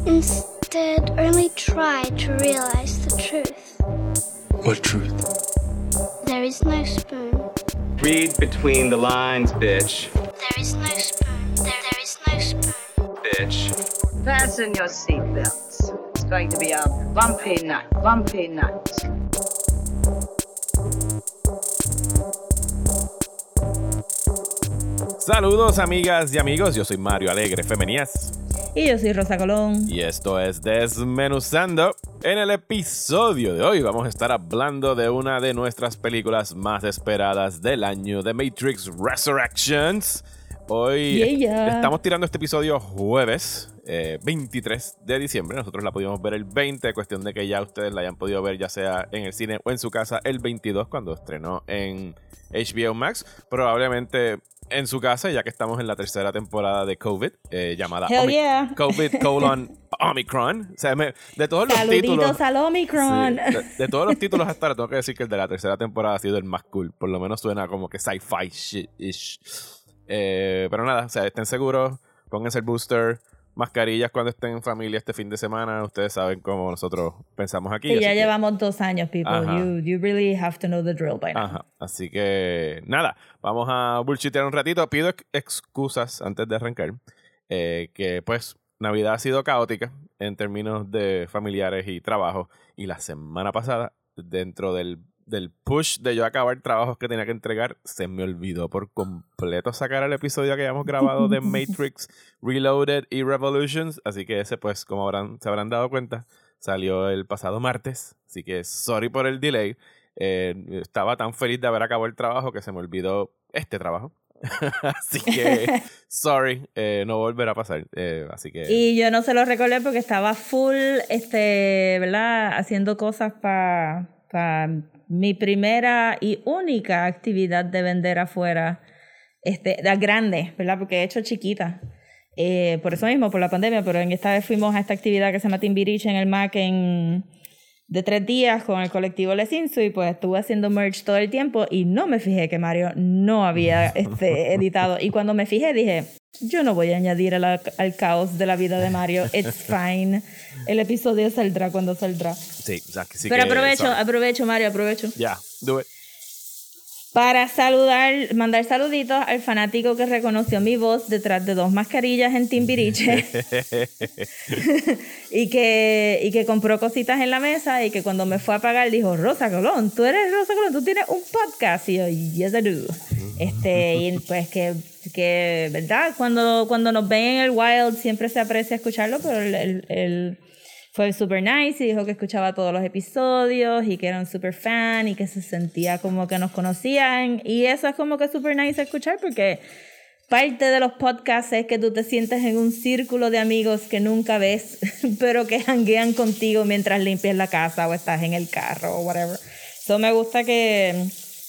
Instead, only try to realize the truth. What truth? There is no spoon. Read between the lines, bitch. There is no spoon. There is no spoon. Bitch. Fasten your seatbelts. It's going to be a bumpy night. Bumpy night. Saludos amigas y amigos, yo soy Mario Alegre Femenías. Y yo soy Rosa Colón. Y esto es Desmenuzando. En el episodio de hoy vamos a estar hablando de una de nuestras películas más esperadas del año, The Matrix Resurrections. Hoy estamos tirando este episodio jueves 23 de diciembre. Nosotros la pudimos ver el 20, cuestión de que ya ustedes la hayan podido ver ya sea en el cine o en su casa el 22 cuando estrenó en HBO Max. Probablemente en su casa, ya que estamos en la tercera temporada de COVID, llamada COVID:Omicron. O sea, de todos los títulos... Saluditos al Omicron. Sí, de todos los títulos hasta ahora tengo que decir que el de la tercera temporada ha sido el más cool. Por lo menos suena como que sci-fi shit-ish. Pero nada, o sea, estén seguros, pónganse el booster, mascarillas cuando estén en familia este fin de semana. Ustedes saben cómo nosotros pensamos aquí. Sí, ya llevamos 2 años, people. You really have to know the drill by now. Ajá. Así que nada, vamos a bullshitear un ratito. Pido excusas antes de arrancar. Que pues Navidad ha sido caótica en términos de familiares y trabajo. Y la semana pasada, dentro del push de yo acabar trabajos que tenía que entregar, se me olvidó por completo sacar el episodio que habíamos grabado de Matrix Reloaded y Revolutions. Así que ese, pues, como se habrán dado cuenta, salió el pasado martes. Así que sorry por el delay. Estaba tan feliz de haber acabado el trabajo que se me olvidó este trabajo. Así que sorry, no volverá a pasar. Así que... Y yo no se lo recordé porque estaba full, ¿verdad? Haciendo cosas para mi primera y única actividad de vender afuera, la grande, ¿verdad? Porque he hecho chiquita. Por eso mismo, por la pandemia, pero en esta vez fuimos a esta actividad que se llama Timbiriche en el MAC de 3 días con el colectivo Lesinsu, y pues estuve haciendo merch todo el tiempo y no me fijé que Mario no había editado. Y cuando me fijé dije, yo no voy a añadir al caos de la vida de Mario. It's fine. El episodio saldrá cuando saldrá. Sí, o sea, que sí. Pero que aprovecho, Mario, aprovecho. Yeah, do it. Para mandar saluditos al fanático que reconoció mi voz detrás de 2 mascarillas en Timbiriche y que compró cositas en la mesa y que cuando me fue a pagar dijo, Rosa Colón, tú eres Rosa Colón, tú tienes un podcast. Y yo, yes I do. Y pues que verdad, cuando nos ven en el wild siempre se aprecia escucharlo, pero él fue super nice y dijo que escuchaba todos los episodios y que era un super fan y que se sentía como que nos conocían. Y eso es como que super nice escuchar, porque parte de los podcasts es que tú te sientes en un círculo de amigos que nunca ves, pero que janguean contigo mientras limpias la casa o estás en el carro o whatever. So me gusta que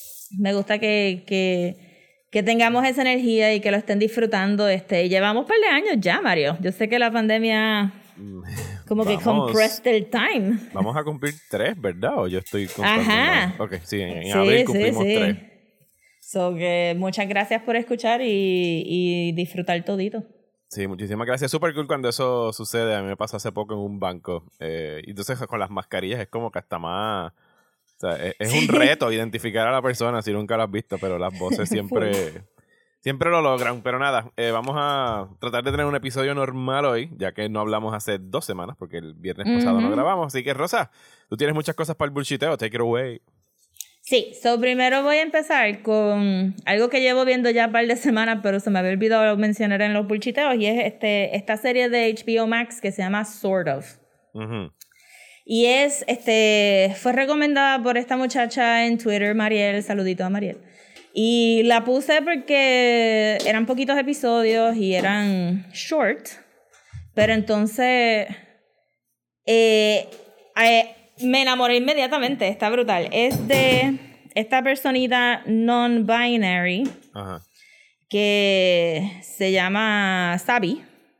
tengamos esa energía y que lo estén disfrutando. Llevamos un par de años ya, Mario. Yo sé que la pandemia... Como que compressed el time. Vamos a cumplir 3, ¿verdad? O yo estoy contando. Ajá. Ok, sí, en abril cumplimos 3. So que muchas gracias por escuchar y disfrutar todito. Sí, muchísimas gracias. Súper cool cuando eso sucede. A mí me pasó hace poco en un banco. Y entonces con las mascarillas es como que hasta más... O sea, es un reto identificar a la persona si nunca la has visto, pero las voces siempre lo logran. Pero nada, vamos a tratar de tener un episodio normal hoy, ya que no hablamos hace 2 semanas, porque el viernes pasado no grabamos. Así que, Rosa, tú tienes muchas cosas para el bullshiteo. Take it away. Sí, primero voy a empezar con algo que llevo viendo ya un par de semanas, pero se me había olvidado mencionar en los bullshiteos, y es esta serie de HBO Max que se llama Sort of. Uh-huh. Y fue recomendada por esta muchacha en Twitter, Mariel. Saludito a Mariel. Y la puse porque eran poquitos episodios y eran short. Pero entonces me enamoré inmediatamente. Está brutal. Es de esta personita non-binary. Ajá. Que se llama Sabi.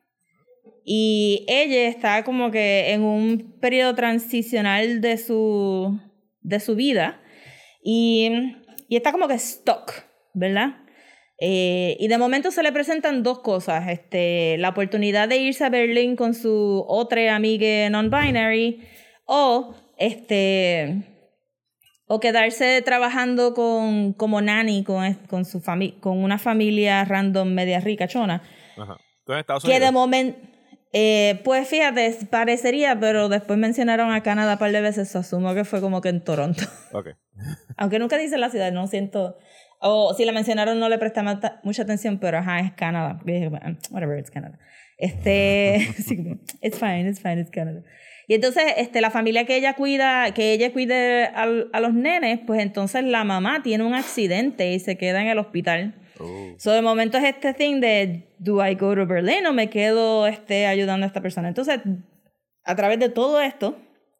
Y ella está como que en un periodo transicional de su vida. Y está como que stuck, ¿verdad? Y de momento se le presentan dos cosas. La oportunidad de irse a Berlín con su otra amiga non-binary o quedarse trabajando como nanny con una familia random media ricachona. Ajá. ¿Tú en Estados Que Unidos? de momento, pues fíjate, parecería, pero después mencionaron a Canadá un par de veces, so asumo que fue como que en Toronto. Ok. Aunque nunca dice la ciudad, no siento... O si la mencionaron no le prestaba mucha atención, pero ajá, es Canadá. Whatever, it's Canada. Sí, it's fine, it's Canada. Y entonces, la familia que ella cuida a los nenes, pues entonces la mamá tiene un accidente y se queda en el hospital. So, de momento es thing de, do I go to Berlin o me quedo ayudando a esta persona? Entonces, a través de todo esto,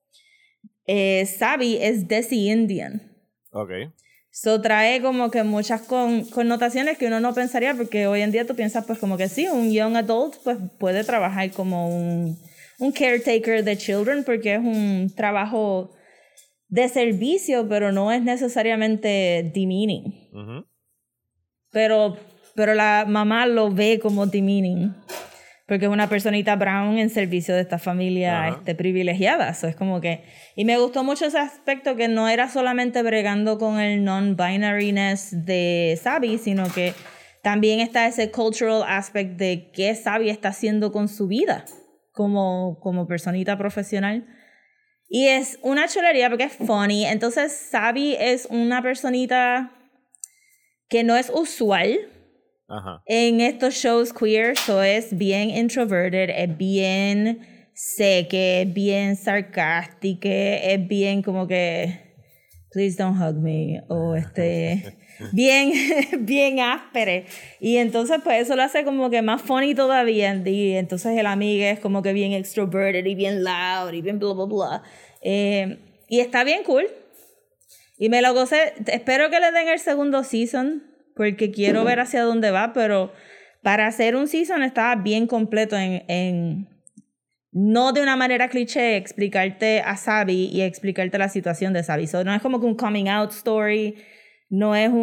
Sabi es Desi Indian. Ok. So, trae como que muchas connotaciones que uno no pensaría, porque hoy en día tú piensas pues como que sí, un young adult pues puede trabajar como un caretaker de children, porque es un trabajo de servicio, pero no es necesariamente demeaning. Uh-huh. Pero la mamá lo ve como demeaning, porque es una personita brown en servicio de esta familia privilegiada. So, es como que... Y me gustó mucho ese aspecto, que no era solamente bregando con el non-binariness de Sabi, sino que también está ese cultural aspect de qué Sabi está haciendo con su vida como personita profesional. Y es una chulería porque es funny. Entonces Sabi es una personita que no es usual en estos shows queer. So es bien introverted, es bien seca, es bien sarcástica, es bien como que please don't hug me, o bien áspere. Y entonces pues eso lo hace como que más funny todavía. Y entonces el amigo es como que bien extroverted y bien loud y bien bla bla bla. Y está bien cool. Y me lo gocé. Espero que le den el segundo season, porque quiero ver hacia dónde va, pero para hacer un season estaba bien completo en no de una manera cliché, explicarte a Sabi y explicarte la situación de Sabi. So, no es como que un coming out story, no es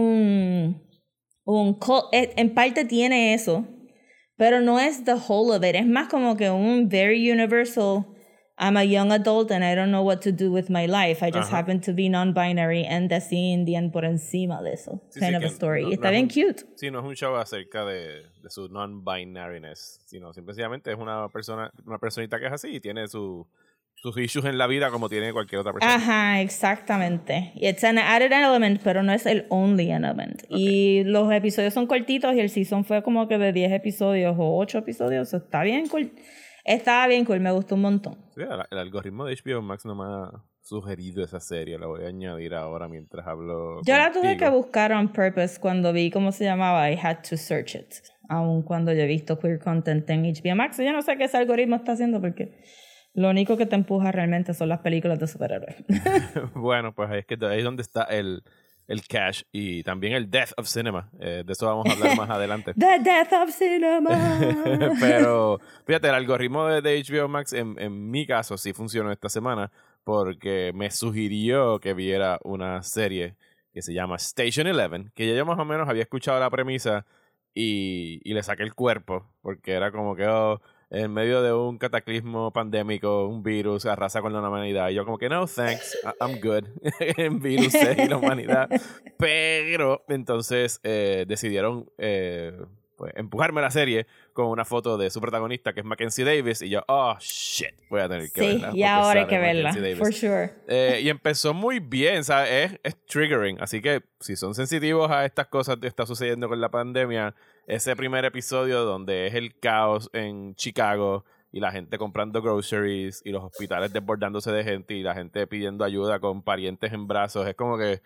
en parte tiene eso, pero no es the whole of it. Es más como que un very universal, I'm a young adult and I don't know what to do with my life. I just happen to be non-binary and Desi Indian por encima de eso. Kind of a story. No, está bien cute. Sí, no es un show acerca de su non-binariness, sino simplemente es una personita que es así y tiene sus issues en la vida como tiene cualquier otra persona. Ajá, exactamente. It's an added element, pero no es el only element. Okay. Y los episodios son cortitos y el season fue como que de 10 episodios o 8 episodios. So está bien cool. Estaba bien cool, me gustó un montón. Sí, el algoritmo de HBO Max no me ha sugerido esa serie. La voy a añadir ahora mientras hablo. Yo la tuve que buscar on purpose cuando vi cómo se llamaba. I had to search it. Aun cuando yo he visto queer content en HBO Max. Yo no sé qué ese algoritmo está haciendo, porque lo único que te empuja realmente son las películas de superhéroes. Bueno, pues ahí es donde está el cash y también el death of cinema. De eso vamos a hablar más adelante. The death of cinema. Pero fíjate, el algoritmo de HBO Max en mi caso sí funcionó esta semana, porque me sugirió que viera una serie que se llama Station 11, que ya yo más o menos había escuchado la premisa y le saqué el cuerpo, porque era como que en medio de un cataclismo pandémico, un virus arrasa con la humanidad. Y yo como que, no, thanks, I'm good en virus y la humanidad. Pero entonces decidieron pues, empujarme la serie con una foto de su protagonista, que es Mackenzie Davis. Y yo, oh, shit, voy a tener que verla. Sí, y ahora hay que verla, for sure. Y empezó muy bien, ¿sabes? Es triggering. Así que si son sensitivos a estas cosas que está sucediendo con la pandemia, ese primer episodio donde es el caos en Chicago y la gente comprando groceries y los hospitales desbordándose de gente y la gente pidiendo ayuda con parientes en brazos, es como que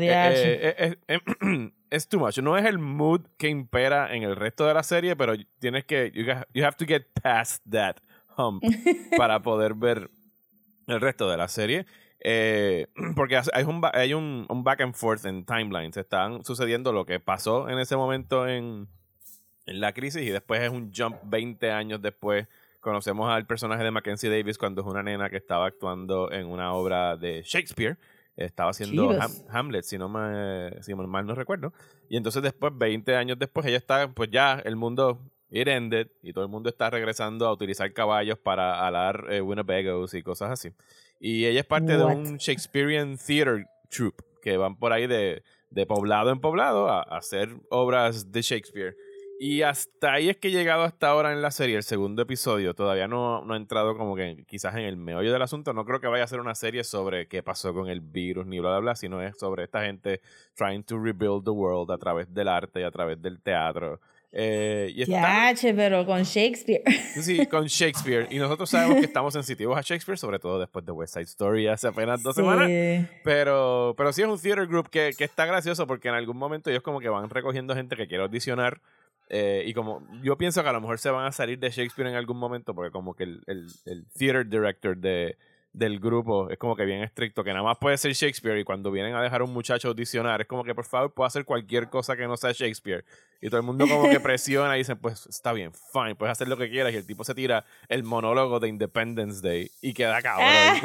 es too much. No es el mood que impera en el resto de la serie, pero tienes que you have to get past that hump para poder ver el resto de la serie. Porque hay un back and forth en timelines. Están sucediendo lo que pasó en ese momento en la crisis, y después es un jump 20 años después. Conocemos al personaje de Mackenzie Davis cuando es una nena que estaba actuando en una obra de Shakespeare, Estaba haciendo Jesus. Hamlet, si mal no recuerdo. Y entonces después, 20 años después, ella está, pues ya el mundo it ended y todo el mundo está regresando a utilizar caballos para alar Winnebagos y cosas así. Y ella es parte de un Shakespearean Theater Troupe que van por ahí de poblado en poblado a hacer obras de Shakespeare. Y hasta ahí es que he llegado hasta ahora en la serie, el segundo episodio. Todavía no he entrado como que quizás en el meollo del asunto. No creo que vaya a ser una serie sobre qué pasó con el virus ni bla, bla, bla, sino es sobre esta gente trying to rebuild the world a través del arte y a través del teatro. Y pero con Shakespeare. Sí, con Shakespeare. Y nosotros sabemos que estamos sensitivos a Shakespeare, sobre todo después de West Side Story hace apenas 2 semanas. Pero sí es un theater group que está gracioso porque en algún momento ellos como que van recogiendo gente que quiere audicionar. Y como yo pienso que a lo mejor se van a salir de Shakespeare en algún momento porque como que el theater director del grupo es como que bien estricto, que nada más puede ser Shakespeare, y cuando vienen a dejar a un muchacho audicionar es como que por favor puede hacer cualquier cosa que no sea Shakespeare, y todo el mundo como que presiona y dicen pues está bien, fine, puedes hacer lo que quieras, y el tipo se tira el monólogo de Independence Day y queda cabrón.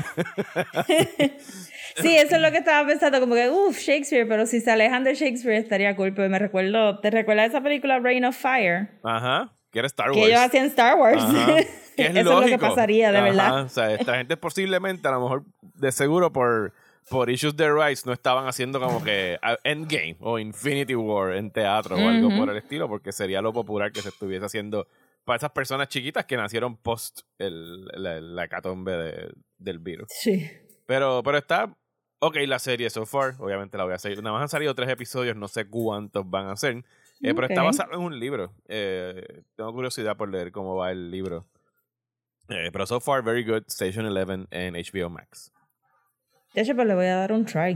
Sí, eso es lo que estaba pensando, como que Shakespeare, pero si se alejan de Shakespeare estaría cool. Pero ¿te recuerdas esa película Reign of Fire? Ajá, que era Star Wars. Que ellos hacían Star Wars. Ajá. Que es eso lógico. Es lo que pasaría, de verdad. O sea, esta gente posiblemente, a lo mejor, de seguro por issues de rights, no estaban haciendo como que Endgame o Infinity War en teatro o algo por el estilo, porque sería lo popular que se estuviese haciendo para esas personas chiquitas que nacieron post la hecatombe del virus. Sí. Pero está ok la serie so far, obviamente la voy a seguir. Nada más han salido 3 episodios, no sé cuántos van a ser. Pero está basado en un libro. Tengo curiosidad por leer cómo va el libro. Pero so far, very good. Station 11 en HBO Max. De hecho, pues le voy a dar un try.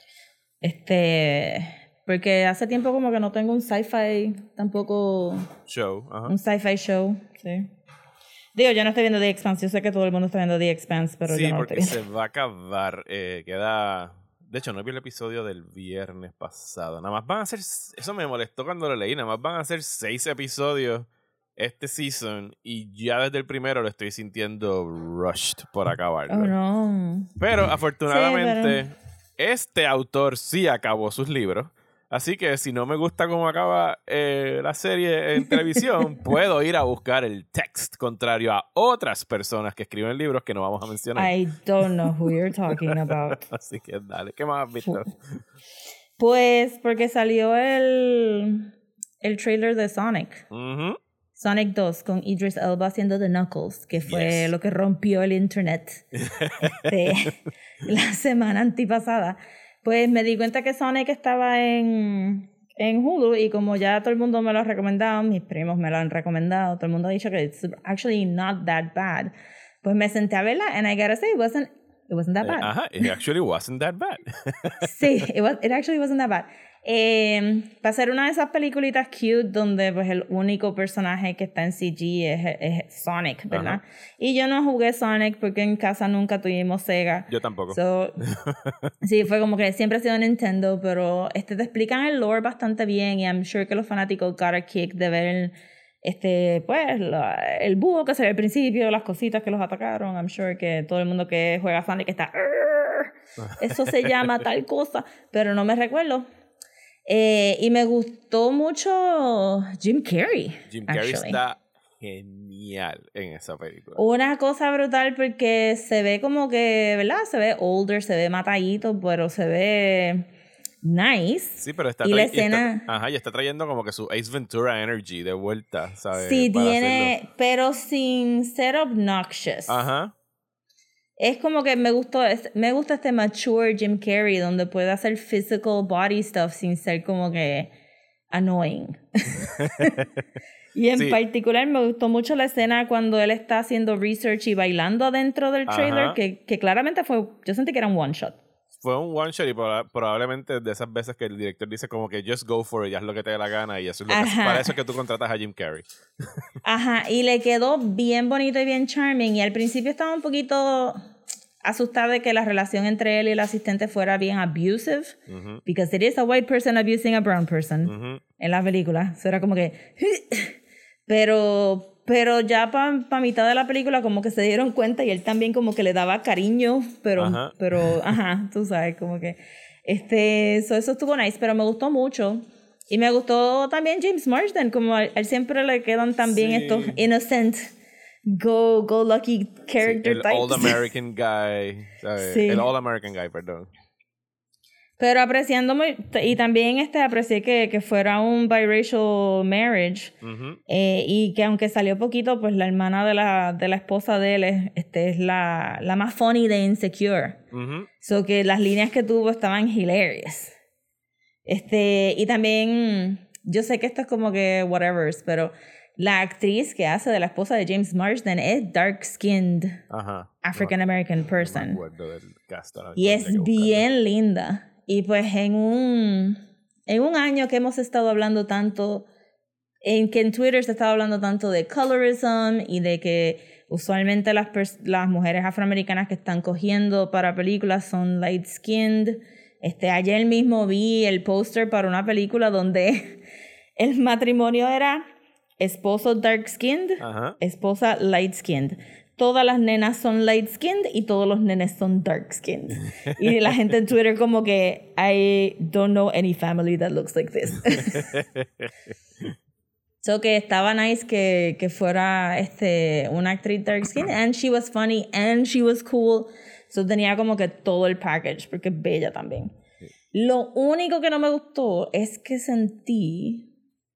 Porque hace tiempo como que no tengo un sci-fi tampoco. Show. Un sci-fi show, sí. Digo, yo no estoy viendo The Expanse. Yo sé que todo el mundo está viendo The Expanse, pero yo no lo estoy viendo. Sí, porque se va a acabar. Queda... De hecho, no vi el episodio del viernes pasado. Nada más van a ser... Eso me molestó cuando lo leí. Nada más van a ser 6 episodios este season. Y ya desde el primero lo estoy sintiendo rushed por acabarlo. Oh, no. Pero afortunadamente, este autor sí acabó sus libros. Así que si no me gusta cómo acaba la serie en televisión, puedo ir a buscar el text contrario a otras personas que escriben libros que no vamos a mencionar. I don't know who you're talking about. Así que dale, ¿qué más has visto? Pues porque salió el trailer de Sonic. Uh-huh. Sonic 2 con Idris Elba haciendo The Knuckles, que fue lo que rompió el internet la semana antipasada. Pues me di cuenta que Sonic estaba en Hulu, y como ya todo el mundo me lo ha recomendado, mis primos me lo han recomendado, todo el mundo ha dicho que it's actually not that bad. Pues me senté a verla, and I gotta say, it wasn't that bad. It actually wasn't that bad. Sí, it actually wasn't that bad. Para ser una de esas peliculitas cute donde pues el único personaje que está en CG es Sonic, ¿verdad? Y yo no jugué Sonic porque en casa nunca tuvimos Sega. Yo tampoco. Sí, fue como que siempre ha sido Nintendo, pero te explican el lore bastante bien, y I'm sure que los fanáticos got a kick de ver el búho que salió al principio, las cositas que los atacaron. I'm sure que todo el mundo que juega Sonic está eso se llama tal cosa, pero no me recuerdo. Y me gustó mucho Jim Carrey. Jim Carrey está genial en esa película. Una cosa brutal porque se ve como que, ¿verdad? Se ve older, se ve matadito, pero se ve nice. Sí, pero está, y la escena... y está trayendo como que su Ace Ventura energy de vuelta, ¿sabes? Sí, tiene, pero sin ser obnoxious. Ajá. Es como que me gusta este mature Jim Carrey donde puede hacer physical body stuff sin ser como que annoying. Y en particular me gustó mucho la escena cuando él está haciendo research y bailando adentro del trailer, que claramente yo sentí que era un one shot. Fue un one shot, y probablemente de esas veces que el director dice como que just go for it, haz lo que te dé la gana, y eso es lo que para eso es que tú contratas a Jim Carrey. Y le quedó bien bonito y bien charming, y al principio estaba un poquito asustada de que la relación entre él y el asistente fuera bien abusive, because it is a white person abusing a brown person en la película. Eso era como que pero pero ya para mitad de la película como que se dieron cuenta y él también como que le daba cariño, pero, tú sabes, como que, eso estuvo nice, pero me gustó mucho. Y me gustó también James Marsden, como a él siempre le quedan también estos innocent, go lucky character el types. Old American Guy, ¿sabes? Sí. El Old American Guy, perdón. Pero apreciando muy, y también aprecié que fuera un biracial marriage, y que aunque salió poquito, pues la hermana de la esposa de él es la más funny de Insecure. So que las líneas que tuvo estaban hilarious. Y también, yo sé que esto es como que whatever, pero la actriz que hace de la esposa de James Marsden es dark-skinned African American person. No me acuerdo del cast, y es bien linda. Y pues en un año que hemos estado hablando tanto, que en Twitter se estaba hablando tanto de colorism y de que usualmente las mujeres afroamericanas que están cogiendo para películas son light-skinned. Ayer mismo vi el póster para una película donde el matrimonio era esposo dark-skinned, esposa light-skinned. Todas las nenas son light-skinned y todos los nenes son dark-skinned. Y la gente en Twitter como que, I don't know any family that looks like this. So que estaba nice que fuera una actriz dark-skinned, and she was funny, and she was cool. So tenía como que todo el package, porque es bella también. Lo único que no me gustó es que sentí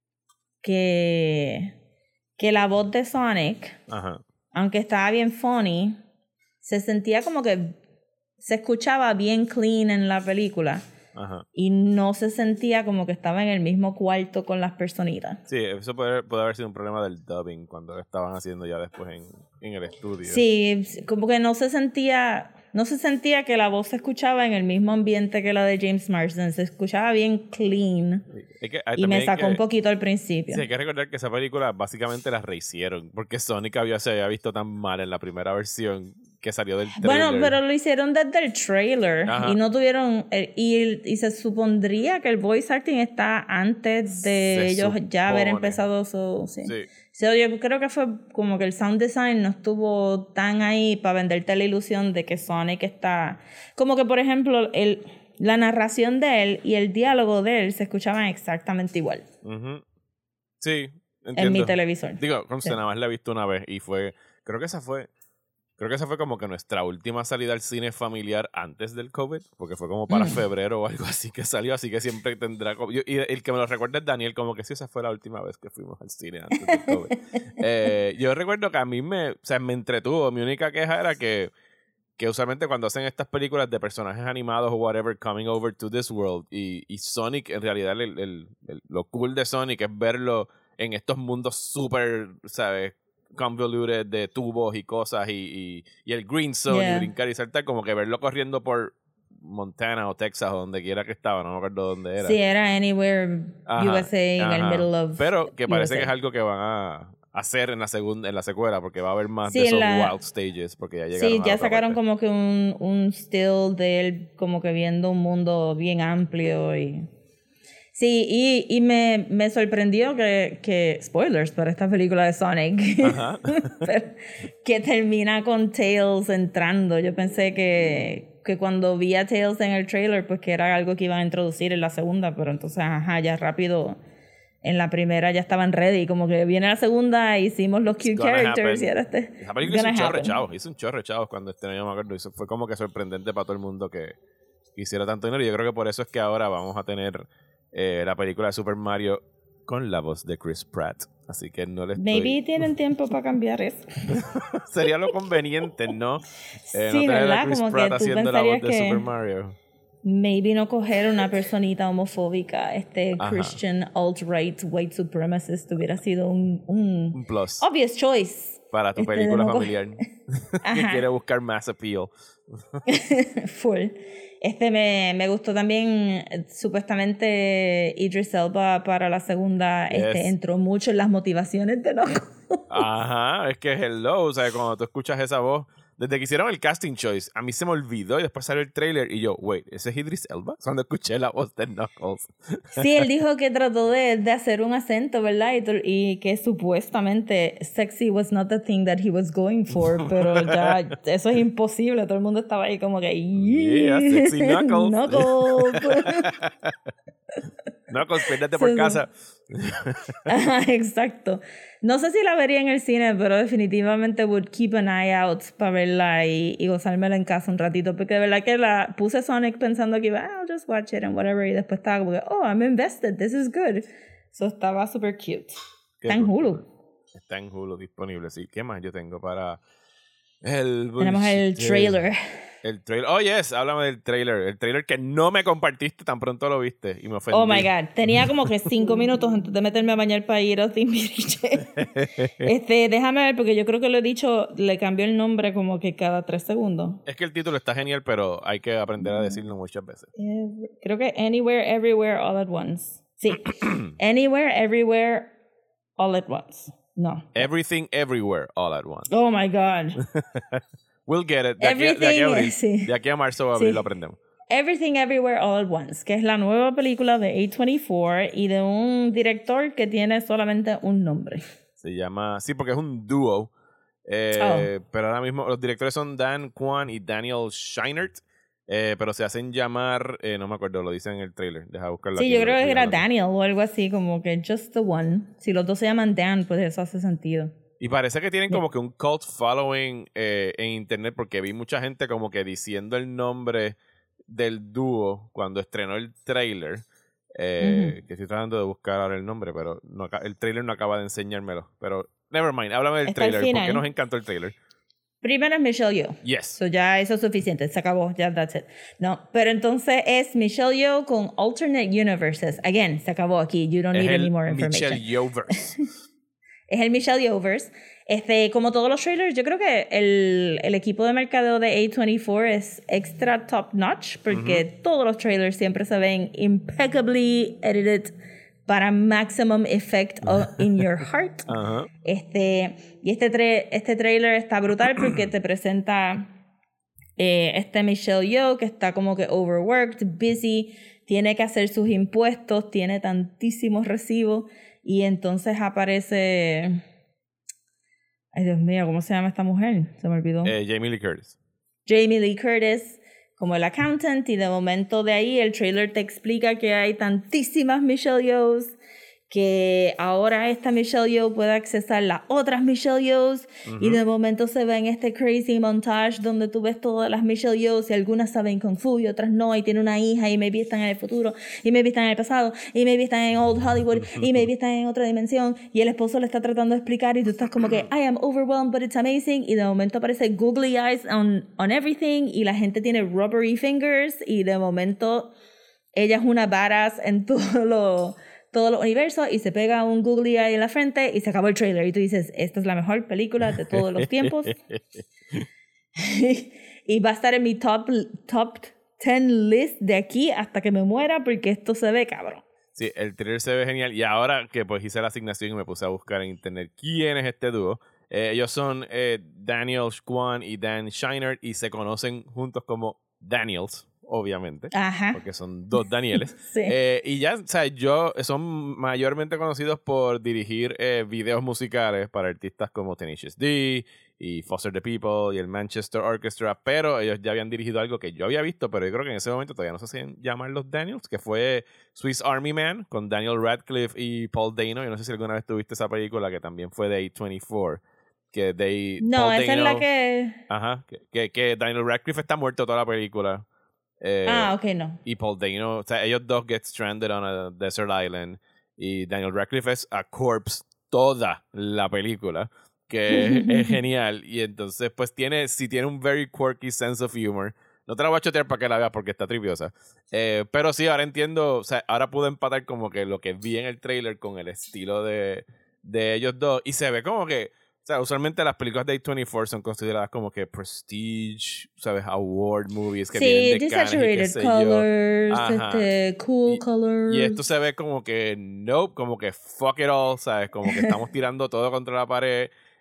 que la voz de Sonic, aunque estaba bien funny, se sentía como que se escuchaba bien clean en la película. Y no se sentía como que estaba en el mismo cuarto con las personitas. Sí, eso puede haber sido un problema del dubbing cuando lo estaban haciendo ya después en el estudio. Sí, como que no se sentía que la voz se escuchaba en el mismo ambiente que la de James Marsden. Se escuchaba bien clean. Y me sacó un poquito al principio. Sí, hay que recordar que esa película básicamente la rehicieron, porque Sonic se había visto tan mal en la primera versión que salió del trailer. Bueno, pero lo hicieron desde el trailer. Y no tuvieron... y se supondría que el voice acting está antes de ellos ya haber empezado su... Sí. So, yo creo que fue como que el sound design no estuvo tan ahí para venderte la ilusión de que Sonic está... Como que, por ejemplo, la narración de él y el diálogo de él se escuchaban exactamente igual. Sí, entiendo. En mi televisor. Digo, nada más la he visto una vez y fue... Creo que esa fue como que nuestra última salida al cine familiar antes del COVID, porque fue como para febrero o algo así que salió, así que siempre tendrá... y el que me lo recuerda es Daniel, como que sí, esa fue la última vez que fuimos al cine antes del COVID. Yo recuerdo que a mí me entretuvo. Mi única queja era que usualmente cuando hacen estas películas de personajes animados o whatever, coming over to this world, y Sonic, en realidad lo cool de Sonic es verlo en estos mundos súper, ¿sabes?, convoluted de tubos y cosas y el green zone y brincar y saltar, como que verlo corriendo por Montana o Texas o donde quiera que estaba, no me acuerdo dónde era. Sí, era anywhere USA en el middle of pero que parece USA. que es algo que van a hacer en la secuela, porque va a haber más de esos wild stages, porque ya llegaron. Sí, ya sacaron como que un still de él como que viendo un mundo bien amplio y... Sí, y me sorprendió que spoilers para esta película de Sonic, que termina con Tails entrando. Yo pensé que cuando vi a Tails en el trailer, pues que era algo que iban a introducir en la segunda, pero entonces, ya rápido, en la primera ya estaban ready, como que viene la segunda, hicimos los cute characters y ahora Esa película hizo un chorro de chavos cuando yo me acuerdo, y eso fue como que sorprendente para todo el mundo que hiciera tanto dinero, y yo creo que por eso es que ahora vamos a tener la película de Super Mario con la voz de Chris Pratt. Así que no les Maybe tienen tiempo para cambiar eso. Sería lo conveniente, ¿no? Sí, no tener ¿verdad? a Chris Como Pratt que tú haciendo la voz de pensarías Super Mario. Maybe no coger una personita homofóbica, Christian alt-right white supremacist hubiera sido un plus. Obvious choice. Para tu película familiar. Que quiere buscar mass appeal. Full. Me gustó también, supuestamente Idris Elba para la segunda entró mucho en las motivaciones de loco. Ajá, es que hello, o sea, cuando tú escuchas esa voz, desde que hicieron el casting choice, a mí se me olvidó y después salió el trailer y yo, wait, ¿ese es Idris Elba? Cuando escuché la voz de Knuckles. Sí, él dijo que trató de hacer un acento, ¿verdad? Y que supuestamente sexy was not the thing that he was going for, pero ya eso es imposible. Todo el mundo estaba ahí como que... Yeah, sexy Knuckles. Knuckles. Knuckles, piérdete por casa. Ajá, exacto. No sé si la vería en el cine, pero definitivamente would keep an eye out para verla y gozármela en casa un ratito, porque de verdad que la puse Sonic pensando que iba, I'll just watch it and whatever, y después estaba como que, oh, I'm invested, this is good. So estaba super cute. Está en Hulu. Está en Hulu disponible, sí. ¿Qué más yo tengo para el... Tenemos el trailer. El trailer. Oh, yes, háblame del trailer. El trailer que no me compartiste tan pronto lo viste y me ofendí. Oh, my God. Tenía como que 5 minutos antes de meterme a bañar para ir a Timbiriche. Déjame ver, porque yo creo que lo he dicho, le cambió el nombre como que cada 3 segundos. Es que el título está genial, pero hay que aprender a decirlo muchas veces. Creo que Anywhere, Everywhere, All at Once. Sí. Anywhere, Everywhere, All at Once. No. Everything, Everywhere, All at Once. Oh, my God. We'll get it. De aquí a marzo o abril lo aprendemos. Everything Everywhere All at Once, que es la nueva película de A24 y de un director que tiene solamente un nombre. Se llama... Sí, porque es un dúo. Pero ahora mismo los directores son Dan Kwan y Daniel Scheinert. Pero se hacen llamar... no me acuerdo, lo dicen en el trailer. Deja buscarlo. Sí, yo creo que era Daniel o algo así, como que Just the One. Si los dos se llaman Dan, pues eso hace sentido. Y parece que tienen como que un cult following en internet, porque vi mucha gente como que diciendo el nombre del dúo cuando estrenó el trailer. Que estoy tratando de buscar ahora el nombre, pero no, el trailer no acaba de enseñármelo. Pero never mind, háblame del trailer. ¿Por qué nos encantó el trailer? Primero es Michelle Yeoh. Yes. So ya eso es suficiente, se acabó, ya that's it. No, pero entonces es Michelle Yeoh con Alternate Universes. Again, se acabó aquí. You don't need any more information. Michelle Yeohverse. Es el Michelle Yeohverse. Como todos los trailers, yo creo que el equipo de mercadeo de A24 es extra top notch, porque todos los trailers siempre se ven impeccably edited para maximum effect in your heart. Y este trailer está brutal porque te presenta Michelle Yeoh, que está como que overworked, busy, tiene que hacer sus impuestos, tiene tantísimos recibos, y entonces aparece... Ay, Dios mío, ¿cómo se llama esta mujer? Se me olvidó. Jamie Lee Curtis. Jamie Lee Curtis como el accountant, y de momento de ahí el trailer te explica que hay tantísimas Michelle Yeohs, que ahora esta Michelle Yeoh puede accesar las otras Michelle Yeohs, y de momento se ve en este crazy montage donde tú ves todas las Michelle Yeohs y algunas saben Kung Fu y otras no, y tiene una hija y maybe están en el futuro y maybe están en el pasado y maybe están en Old Hollywood y maybe están en otra dimensión, y el esposo le está tratando de explicar y tú estás como que I am overwhelmed but it's amazing, y de momento aparece googly eyes on everything y la gente tiene rubbery fingers, y de momento ella es una badass en todos los universos y se pega un googly eye en la frente y se acabó el trailer y tú dices, esta es la mejor película de todos los tiempos. Y va a estar en mi top 10 list de aquí hasta que me muera, porque esto se ve cabrón. Sí, el trailer se ve genial, y ahora que pues hice la asignación y me puse a buscar en internet quién es este dúo, ellos son Daniel Kwan y Dan Scheinert, y se conocen juntos como Daniels, obviamente, porque son dos Danieles. Sí. Y ya, o sea, son mayormente conocidos por dirigir videos musicales para artistas como Tenacious D y Foster the People y el Manchester Orchestra, pero ellos ya habían dirigido algo que yo había visto, pero yo creo que en ese momento todavía no se hacían llamar los Daniels, que fue Swiss Army Man con Daniel Radcliffe y Paul Dano. Yo no sé si alguna vez tuviste esa película, que también fue de A24. No, Paul esa Dano, es la que... Ajá, que Daniel Radcliffe está muerto toda la película. Ok, no. Y Paul Dano, o sea, ellos dos get stranded on a desert island, y Daniel Radcliffe es a corpse toda la película, que es genial. Y entonces pues tiene un very quirky sense of humor. No te la voy a chotear para que la veas porque está triviosa, pero sí, ahora entiendo, o sea, ahora pude empatar como que lo que vi en el trailer con el estilo de ellos dos, y se ve como que, o sea, usualmente las películas de A24 son consideradas como que prestige, ¿sabes? Award movies que vienen de Cannes y qué sé colors, cool colors. Y esto se ve como que nope, como que fuck it all, ¿sabes? Como que estamos tirando todo contra la pared.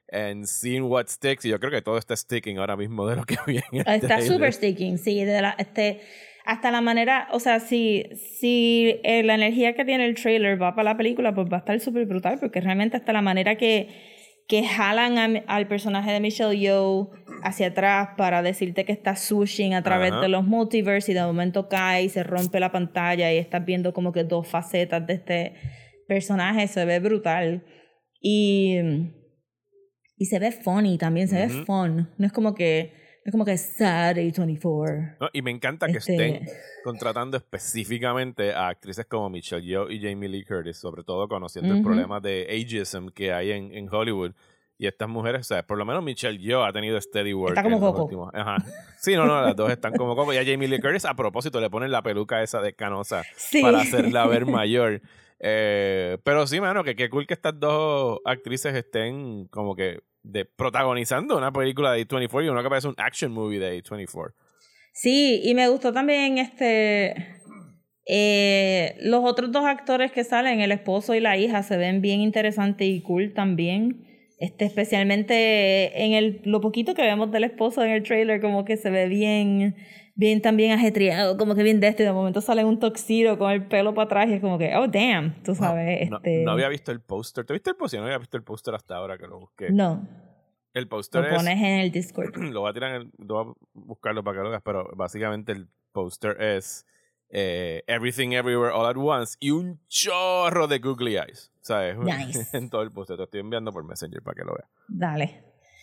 and seeing what sticks. Y yo creo que todo está sticking ahora mismo de lo que vi en el Está trailer. super sticking, sí. Hasta la manera, o sea, si la energía que tiene el trailer va para la película, pues va a estar súper brutal, porque realmente hasta la manera que jalan al personaje de Michelle Yeoh hacia atrás para decirte que está sushing a través de los multiverse, y de momento cae y se rompe la pantalla y estás viendo como que dos facetas de este personaje, se ve brutal. Y se ve funny también, se ve fun. No es como que sad A24. No, y me encanta que estén contratando específicamente a actrices como Michelle Yeoh y Jamie Lee Curtis, sobre todo conociendo el problema de ageism que hay en Hollywood. Y estas mujeres, o sea, por lo menos Michelle Yeoh ha tenido steady work. Está como en los Coco. últimos. Ajá. Sí, no, las dos están como Coco. Y a Jamie Lee Curtis, a propósito, le ponen la peluca esa de canosa para hacerla ver mayor. Pero sí, mano, que qué cool que estas dos actrices estén como que protagonizando una película de A24 y uno que parece un action movie de A24. Sí, y me gustó también los otros dos actores que salen, el esposo y la hija, se ven bien interesantes y cool también. Especialmente en lo poquito que vemos del esposo en el trailer, como que se ve bien también ajetreado, como que bien y de momento sale un tuxedo con el pelo para atrás y es como que, oh damn, tú sabes. No había visto el póster. ¿Te viste el póster? No había visto el póster hasta ahora que lo busqué. No. El póster lo pones en el Discord. Lo voy a tirar voy a buscarlo para que lo veas, pero básicamente el póster es Everything Everywhere All at Once y un chorro de googly eyes, ¿sabes? Nice. En todo el póster. Te estoy enviando por Messenger para que lo veas. Dale.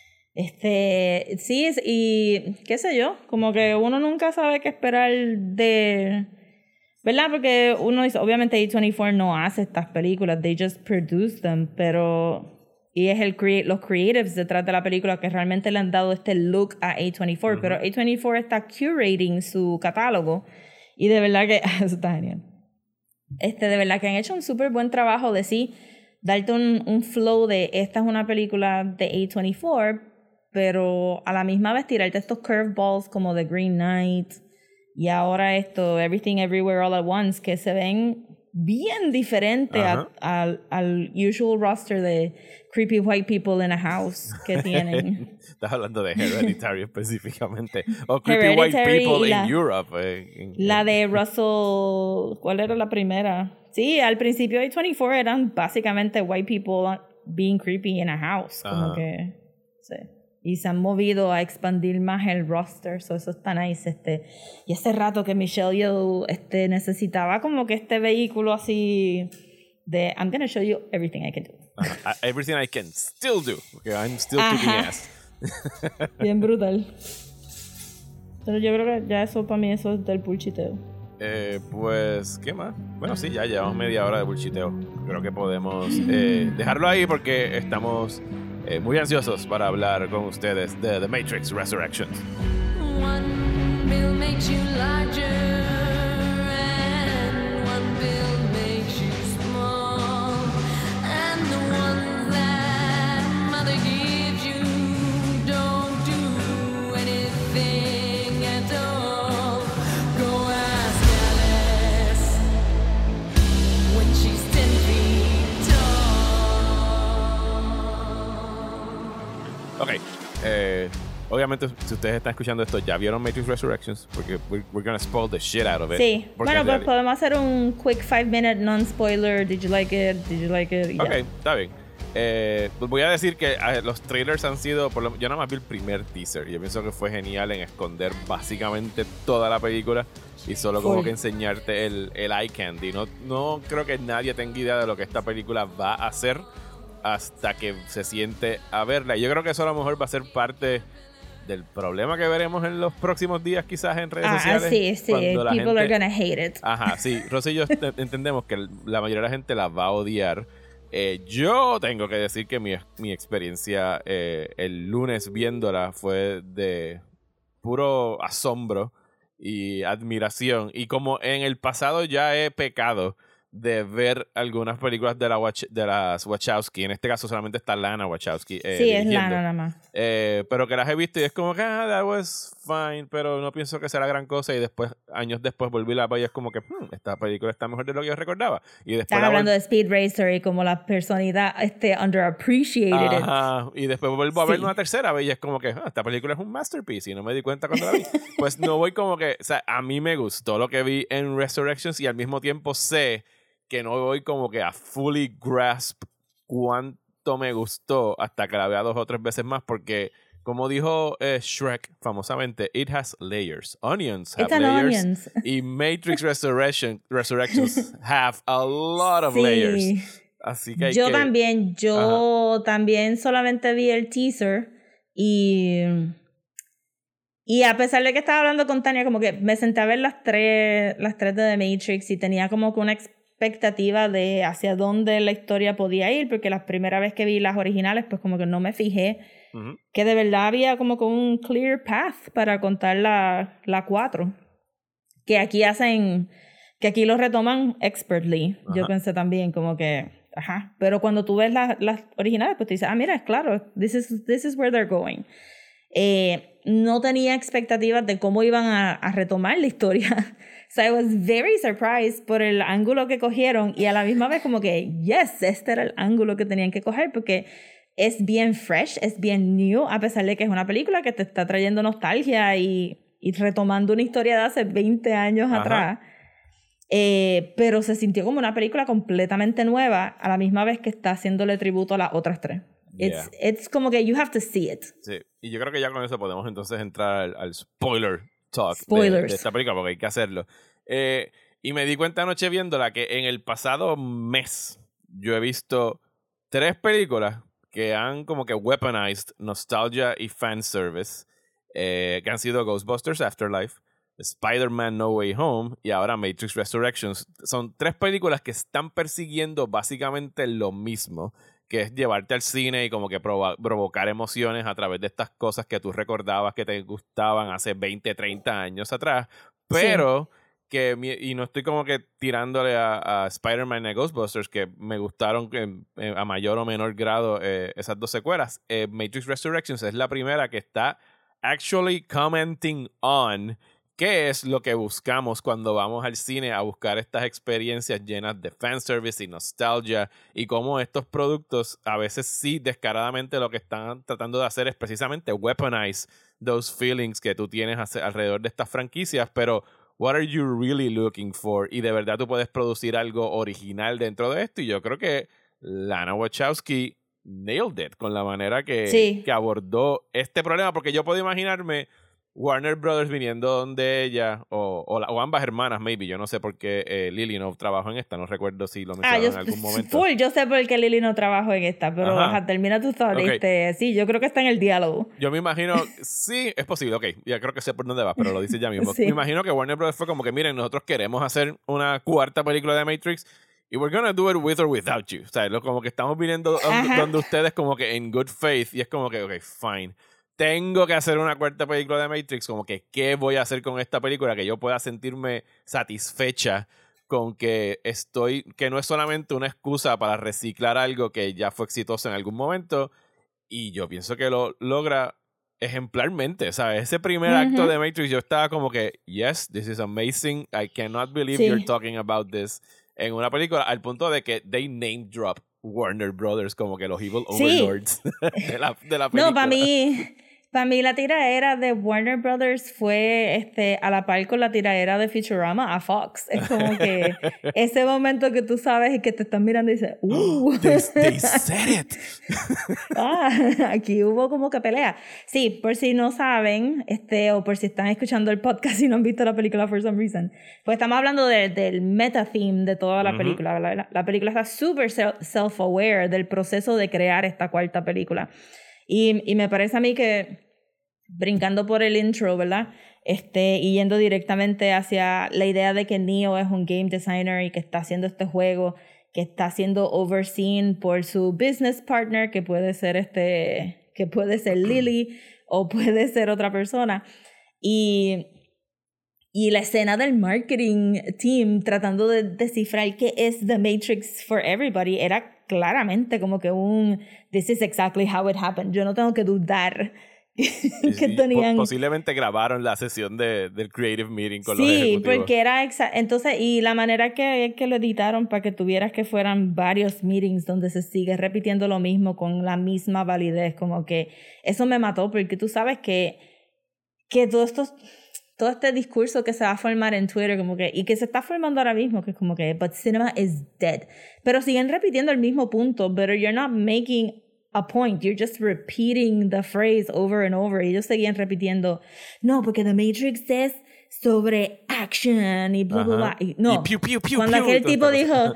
Sí, y qué sé yo, como que uno nunca sabe qué esperar de... ¿Verdad? Porque uno dice, obviamente A24 no hace estas películas, they just produce them, pero... Y es los creatives detrás de la película que realmente le han dado este look a A24, pero A24 está curating su catálogo y de verdad que... Eso está genial. De verdad que han hecho un súper buen trabajo de sí, darte un flow de esta es una película de A24, pero a la misma vez tirarte estos curveballs como The Green Knight y ahora Everything Everywhere All at Once, que se ven bien diferentes al usual roster de creepy white people in a house que tienen. Estás hablando de Hereditary específicamente. O creepy white people in Europe. La de Russell... ¿Cuál era la primera? Sí, al principio de A24 eran básicamente white people being creepy in a house. Como que... Sí. Y se han movido a expandir más el roster, so eso está nice. Y hace rato que Michelle Yeoh necesitaba como que este vehículo así de I'm gonna show you everything I can do. Everything I can still do, porque I'm still kicking ass. Bien brutal. Pero yo creo que ya eso para mí eso es del bullshiteo. Pues, ¿qué más? Bueno, sí, ya llevamos media hora de bullshiteo. Creo que podemos dejarlo ahí porque estamos muy ansiosos para hablar con ustedes de The Matrix Resurrections. One pill makes you larger and one pill makes you small, and the one that mother gives you don't do anything at all. Go ask Alice when she's 10 feet tall. Ok, obviamente si ustedes están escuchando esto ya vieron Matrix Resurrections porque we're gonna spoil the shit out of it. Sí, bueno, pues podemos hacer un quick 5-minute non-spoiler. Did you like it? Ok, está bien. Pues voy a decir que los trailers han sido, yo nada más vi el primer teaser y yo pienso que fue genial en esconder básicamente toda la película y solo como que enseñarte el eye candy. No creo que nadie tenga idea de lo que esta película va a hacer hasta que se siente a verla. Y yo creo que eso a lo mejor va a ser parte del problema que veremos en los próximos días quizás en redes sociales. Sí, people are gonna hate it. Ajá, sí, Rosy y yo entendemos que la mayoría de la gente la va a odiar. Yo tengo que decir que mi experiencia el lunes viéndola fue de puro asombro y admiración. Y como en el pasado ya he pecado de ver algunas películas de las Wachowski. En este caso solamente está Lana Wachowski. Sí, es dirigiendo. Lana nada más. Pero que las he visto y es como que, that was fine, pero no pienso que sea la gran cosa. Y después, años después, volví a la ver y es como que, esta película está mejor de lo que yo recordaba. Y después Estás hablando de Speed Racer y como la personalidad underappreciated. Ajá. Y después vuelvo a ver una tercera vez y es como que, esta película es un masterpiece y no me di cuenta cuando la vi. Pues no voy como que, o sea, a mí me gustó lo que vi en Resurrections y al mismo tiempo sé que no voy como que a fully grasp cuánto me gustó hasta que la vea 2 o 3 veces más porque como dijo Shrek famosamente, it has layers. Onions have layers. Onions. Y Matrix Resurrections have a lot of layers. Así que yo también solamente vi el teaser y a pesar de que estaba hablando con Tania, como que me senté a ver las tres de The Matrix y tenía como que una expectativa de hacia dónde la historia podía ir, porque la primera vez que vi las originales, pues como que no me fijé que de verdad había como que un clear path para contar la 4. Que aquí lo retoman expertly. Ajá. Yo pensé también como que, pero cuando tú ves las originales, pues te dices, mira, es claro, this is where they're going. No tenía expectativas de cómo iban a retomar la historia. So I was very surprised por el ángulo que cogieron y a la misma vez como que, yes, este era el ángulo que tenían que coger porque es bien fresh, es bien new, a pesar de que es una película que te está trayendo nostalgia y retomando una historia de hace 20 años atrás. Pero se sintió como una película completamente nueva a la misma vez que está haciéndole tributo a las otras 3. It's como que you have to see it. Sí, y yo creo que ya con eso podemos entonces entrar al spoiler talk de esta película, porque hay que hacerlo. Y me di cuenta anoche viéndola que en el pasado mes yo he visto 3 películas que han como que weaponized nostalgia y fanservice, que han sido Ghostbusters Afterlife, Spider-Man No Way Home y ahora Matrix Resurrections. Son 3 películas que están persiguiendo básicamente lo mismo, que es llevarte al cine y como que provocar emociones a través de estas cosas que tú recordabas que te gustaban hace 20, 30 años atrás, pero y no estoy como que tirándole a Spider-Man y a Ghostbusters, que me gustaron a mayor o menor grado esas 2 secuelas. Matrix Resurrections es la primera que está actually commenting on qué es lo que buscamos cuando vamos al cine a buscar estas experiencias llenas de fanservice y nostalgia, y cómo estos productos a veces sí descaradamente lo que están tratando de hacer es precisamente weaponize those feelings que tú tienes alrededor de estas franquicias, pero what are you really looking for? Y de verdad tú puedes producir algo original dentro de esto, y yo creo que Lana Wachowski nailed it con la manera que abordó este problema, porque yo puedo imaginarme Warner Brothers viniendo donde ella o ambas hermanas, maybe, yo no sé por qué Lily no trabajó en esta, no recuerdo si lo mencionaron en algún momento. Yo sé por qué Lily no trabajó en esta, pero termina tu thought. Sí, yo creo que está en el diálogo. Yo me imagino, sí, es posible, ya creo que sé por dónde va, pero lo dice ya mismo. Me imagino que Warner Brothers fue como que, miren, nosotros queremos hacer una 4ª película de Matrix y we're gonna do it with or without you. O sea, como que estamos viniendo donde ustedes como que en good faith, y es como que, fine. Tengo que hacer una 4ª película de Matrix, como que ¿qué voy a hacer con esta película? Que yo pueda sentirme satisfecha con que no es solamente una excusa para reciclar algo que ya fue exitoso en algún momento, y yo pienso que lo logra ejemplarmente, ¿sabes? Ese primer acto de Matrix yo estaba como que, yes, this is amazing, I cannot believe you're talking about this en una película, al punto de que they name drop Warner Brothers como que los evil overlords de la película. No, para mí la tiraera de Warner Brothers fue a la par con la tiraera de Futurama a Fox. Es como que ese momento que tú sabes y que te están mirando y dices, they said it. Aquí hubo como que pelea. Sí, por si no saben, o por si están escuchando el podcast y no han visto la película for some reason, pues estamos hablando del meta-theme de toda la película. La película está súper self-aware del proceso de crear esta 4ª película. Y me parece a mí que, brincando por el intro, ¿verdad? Y yendo directamente hacia la idea de que Neo es un game designer y que está haciendo este juego, que está siendo overseen por su business partner, que puede ser Lily o puede ser otra persona. Y Y la escena del marketing team tratando de descifrar qué es The Matrix for Everybody era claramente como que this is exactly how it happened. Yo no tengo que dudar que tenían... Posiblemente grabaron la sesión del creative meeting con los Sí, ejecutivos. porque era entonces, y la manera que lo editaron para que tuvieras que fueran varios meetings donde se sigue repitiendo lo mismo con la misma validez, como que eso me mató, porque tú sabes que todo este discurso que se va a formar en Twitter como que, y que se está formando ahora mismo, que es como que but cinema is dead, pero siguen repitiendo el mismo punto, but you're not making a point, you're just repeating the phrase over and over. Y ellos seguían repitiendo, no, porque The Matrix es sobre action y bla, bla, bla. Y no, y piu, piu, piu, cuando piu, aquel tipo dijo,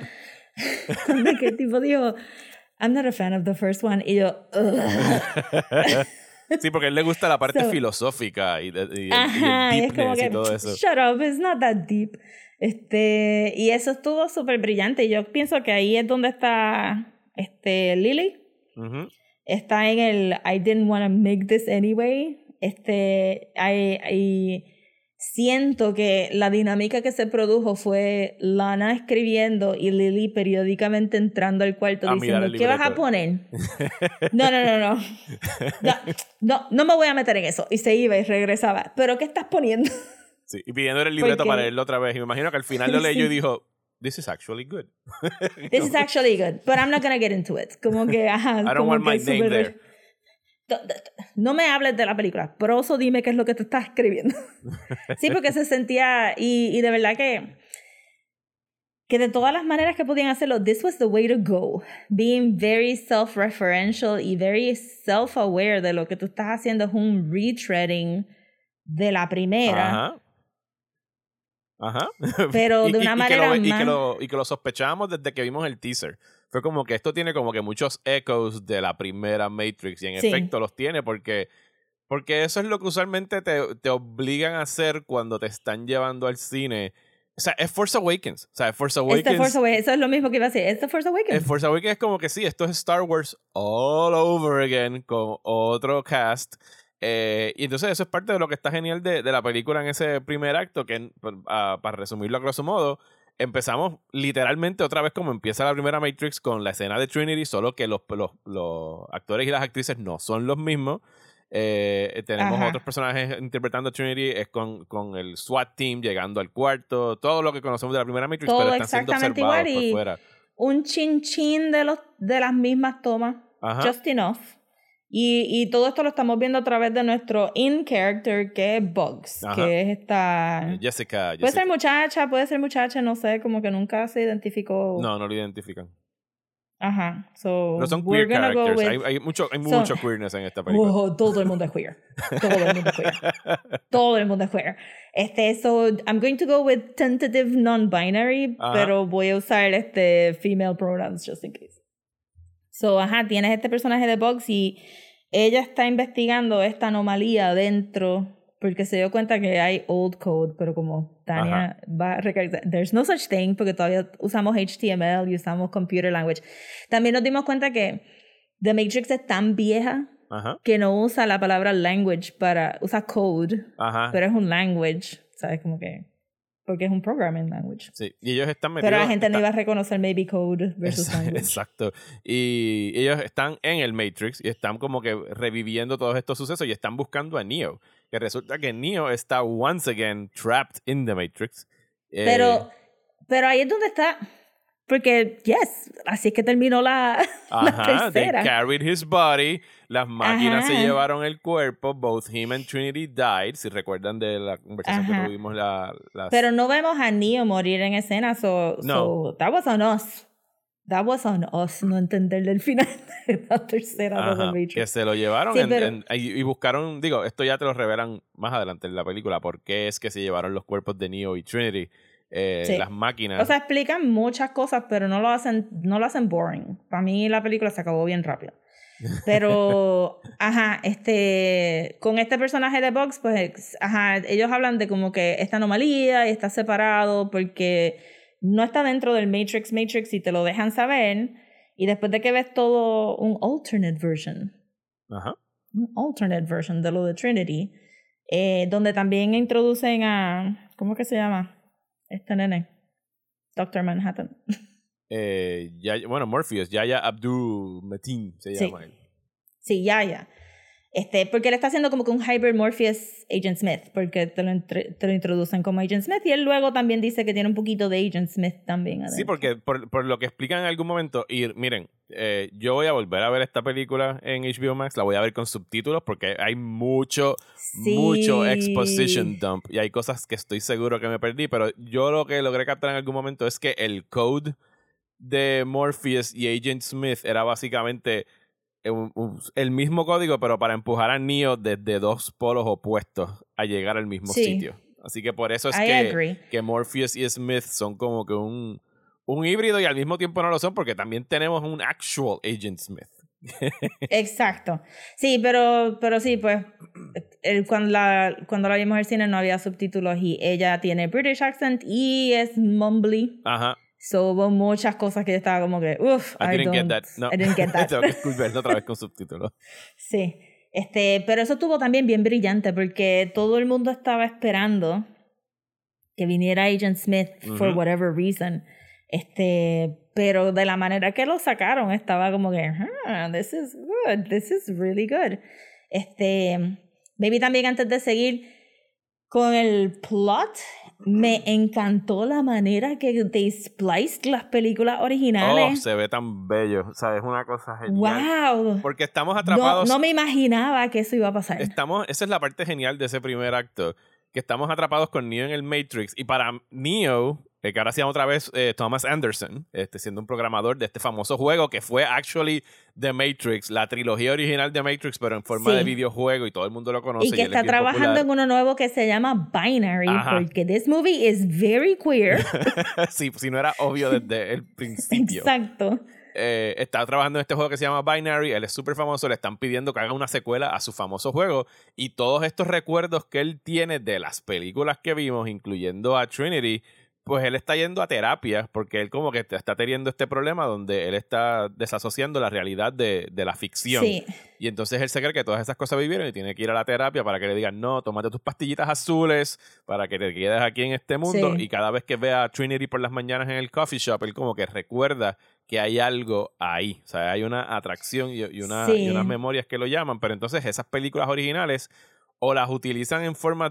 I'm not a fan of the first one, y yo, ugh. Sí, porque a él le gusta la parte filosófica y el deepness y todo eso. Shut up, it's not that deep. Y eso estuvo súper brillante. Y yo pienso que ahí es donde está Lily. Uh-huh. Está en el I didn't want to make this anyway. Siento que la dinámica que se produjo fue Lana escribiendo y Lily periódicamente entrando al cuarto diciendo, ¿qué vas a poner? No me voy a meter en eso. Y se iba y regresaba. ¿Pero qué estás poniendo? Sí, y pidiéndole el libreto para leerlo otra vez. Y me imagino que al final lo leyó y dijo, this is actually good. This is actually good, but I'm not going to get into it. Como que, ajá. I don't want my name there. No me hables de la película, pero eso dime qué es lo que te estás escribiendo. Sí, porque se sentía, y de verdad que de todas las maneras que podían hacerlo, this was the way to go. Being very self-referential y very self-aware de lo que tú estás haciendo es un retreading de la primera. Ajá. Pero de una manera y que lo sospechábamos desde que vimos el teaser. Fue como que esto tiene como que muchos echoes de la primera Matrix y en efecto los tiene porque eso es lo que usualmente te obligan a hacer cuando te están llevando al cine. O sea, es Force Awakens. O sea, Force Awakens. Eso es lo mismo que iba a decir. Es Force Awakens. Force Awakens es como que sí, esto es Star Wars all over again con otro cast. Y entonces eso es parte de lo que está genial de la película en ese primer acto, que para resumirlo a grosso modo, empezamos literalmente otra vez como empieza la primera Matrix con la escena de Trinity, solo que los actores y las actrices no son los mismos. Tenemos otros personajes interpretando a Trinity, es con el SWAT team llegando al cuarto, todo lo que conocemos de la primera Matrix, todo pero están siendo observados por fuera. Un chin de las mismas tomas, just enough. Y todo esto lo estamos viendo a través de nuestro in-character, que es Bugs, que es esta... Jessica. Puede ser muchacha, no sé, como que nunca se identificó. No lo identifican. Ajá. So, no son queer characters. Hay mucho queerness en esta película. Todo el mundo es queer. Todo el mundo es queer. So, I'm going to go with tentative non-binary, pero voy a usar female pronouns just in case. So, tienes este personaje de Bugs y ella está investigando esta anomalía dentro porque se dio cuenta que hay old code, pero como Tania va a recalcar, there's no such thing porque todavía usamos HTML y usamos computer language. También nos dimos cuenta que The Matrix es tan vieja que no usa la palabra language usa code, pero es un language, ¿sabes? Como que porque es un programming language. Sí, y ellos están metidos... Pero la gente no iba a reconocer maybe code versus language. Exacto. Y ellos están en el Matrix y están como que reviviendo todos estos sucesos y están buscando a Neo. Que resulta que Neo está once again trapped in the Matrix. Pero ahí es donde está... Porque, así es que terminó la tercera. They carried his body. Las máquinas se llevaron el cuerpo. Both him and Trinity died. Si recuerdan de la conversación que tuvimos Pero no vemos a Neo morir en escena. So that was on us. That was on us no entenderle el final de la tercera de The Matrix. Que se lo llevaron y buscaron... Digo, esto ya te lo revelan más adelante en la película. ¿Por qué es que se llevaron los cuerpos de Neo y Trinity? Las máquinas. O sea, explican muchas cosas, pero no lo hacen boring. Para mí la película se acabó bien rápido. Pero, con este personaje de Bugs, pues, ellos hablan de como que esta anomalía y está separado porque no está dentro del Matrix y te lo dejan saber. Y después de que ves todo un alternate version de lo de Trinity, donde también introducen a, ¿cómo que se llama? Este nene, Doctor Manhattan. Morpheus, Yahya Abdul-Mateen se llama él. Sí, Yahya. Porque él está haciendo como que un hybrid Morpheus Agent Smith, porque te lo introducen como Agent Smith, y él luego también dice que tiene un poquito de Agent Smith también adentro. Sí, porque por lo que explican en algún momento, y miren, yo voy a volver a ver esta película en HBO Max, la voy a ver con subtítulos, porque hay mucho exposition dump, y hay cosas que estoy seguro que me perdí, pero yo lo que logré captar en algún momento es que el code de Morpheus y Agent Smith era básicamente el mismo código, pero para empujar a Neo desde dos polos opuestos a llegar al mismo sitio. Así que por eso es que Morpheus y Smith son como que un híbrido y al mismo tiempo no lo son, porque también tenemos un actual Agent Smith. Exacto. Sí, pero sí, pues cuando la vimos en el cine no había subtítulos y ella tiene British accent y es mumbly. Ajá. So hubo muchas cosas que yo estaba como que, I didn't get that. Tengo que verlo otra vez con subtítulos. Sí. Pero eso estuvo también bien brillante porque todo el mundo estaba esperando que viniera Agent Smith for whatever reason. Pero de la manera que lo sacaron estaba como que, this is good, this is really good. Maybe también antes de seguir con el plot, me encantó la manera que they spliced las películas originales. Se ve tan bello, o sea, es una cosa genial. ¡Wow! Porque estamos atrapados. No me imaginaba que eso iba a pasar. Esa es la parte genial de ese primer acto, que estamos atrapados con Neo en el Matrix, y para Neo, que ahora se llama otra vez Thomas Anderson, siendo un programador de este famoso juego que fue actually The Matrix, la trilogía original de Matrix, pero en forma de videojuego, y todo el mundo lo conoce. Y que está trabajando en uno nuevo que se llama Binary, porque this movie is very queer. Sí, si no era obvio desde el principio. Exacto. Está trabajando en este juego que se llama Binary, él es súper famoso, le están pidiendo que haga una secuela a su famoso juego, y todos estos recuerdos que él tiene de las películas que vimos, incluyendo a Trinity, pues él está yendo a terapia porque él como que está teniendo este problema donde él está desasociando la realidad de la ficción. Sí. Y entonces él se cree que todas esas cosas vivieron y tiene que ir a la terapia para que le digan, no, tómate tus pastillitas azules para que te quedes aquí en este mundo. Y cada vez que vea a Trinity por las mañanas en el coffee shop, él como que recuerda que hay algo ahí. O sea, hay una atracción y unas memorias que lo llaman. Pero entonces esas películas originales o las utilizan en formas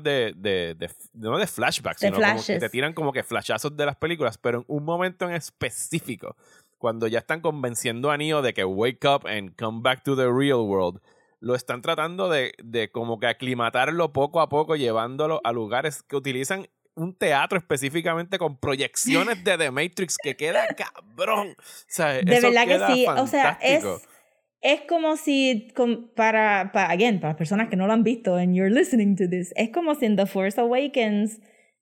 no de flashbacks, sino como que te tiran como que flashazos de las películas, pero en un momento en específico, cuando ya están convenciendo a Neo de que wake up and come back to the real world, lo están tratando de como que aclimatarlo poco a poco, llevándolo a lugares que utilizan un teatro específicamente con proyecciones de The Matrix que queda cabrón. O sea, de eso verdad queda que sí, fantástico. O sea, es como si, para las personas que no lo han visto and you're listening to this, es como si en The Force Awakens,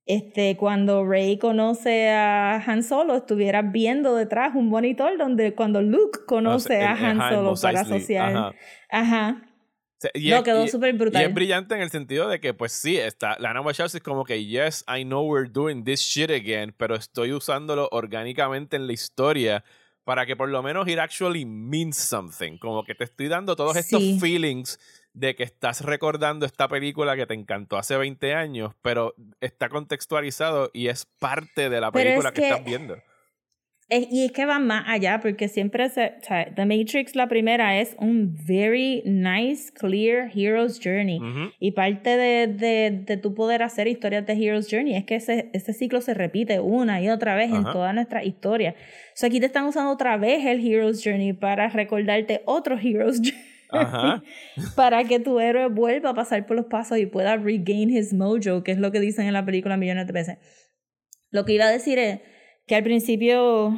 cuando Rey conoce a Han Solo, estuviera viendo detrás un monitor donde cuando Luke conoce a Han Solo para asociar. Ajá. Quedó súper brutal. Y es brillante en el sentido de que, pues sí, Lana Wachowski es como que, yes, I know we're doing this shit again, pero estoy usándolo orgánicamente en la historia para que por lo menos it actually means something. Como que te estoy dando todos estos feelings de que estás recordando esta película que te encantó hace 20 años, pero está contextualizado y es parte de la película que estás viendo. Y es que va más allá, porque siempre The Matrix, la primera, es un very nice, clear hero's journey. Y parte de tu poder hacer historias de hero's journey es que ese ciclo se repite una y otra vez en toda nuestra historia. O sea, aquí te están usando otra vez el hero's journey para recordarte otro hero's journey. Para que tu héroe vuelva a pasar por los pasos y pueda regain his mojo, que es lo que dicen en la película millones de veces. Lo que iba a decir es que al principio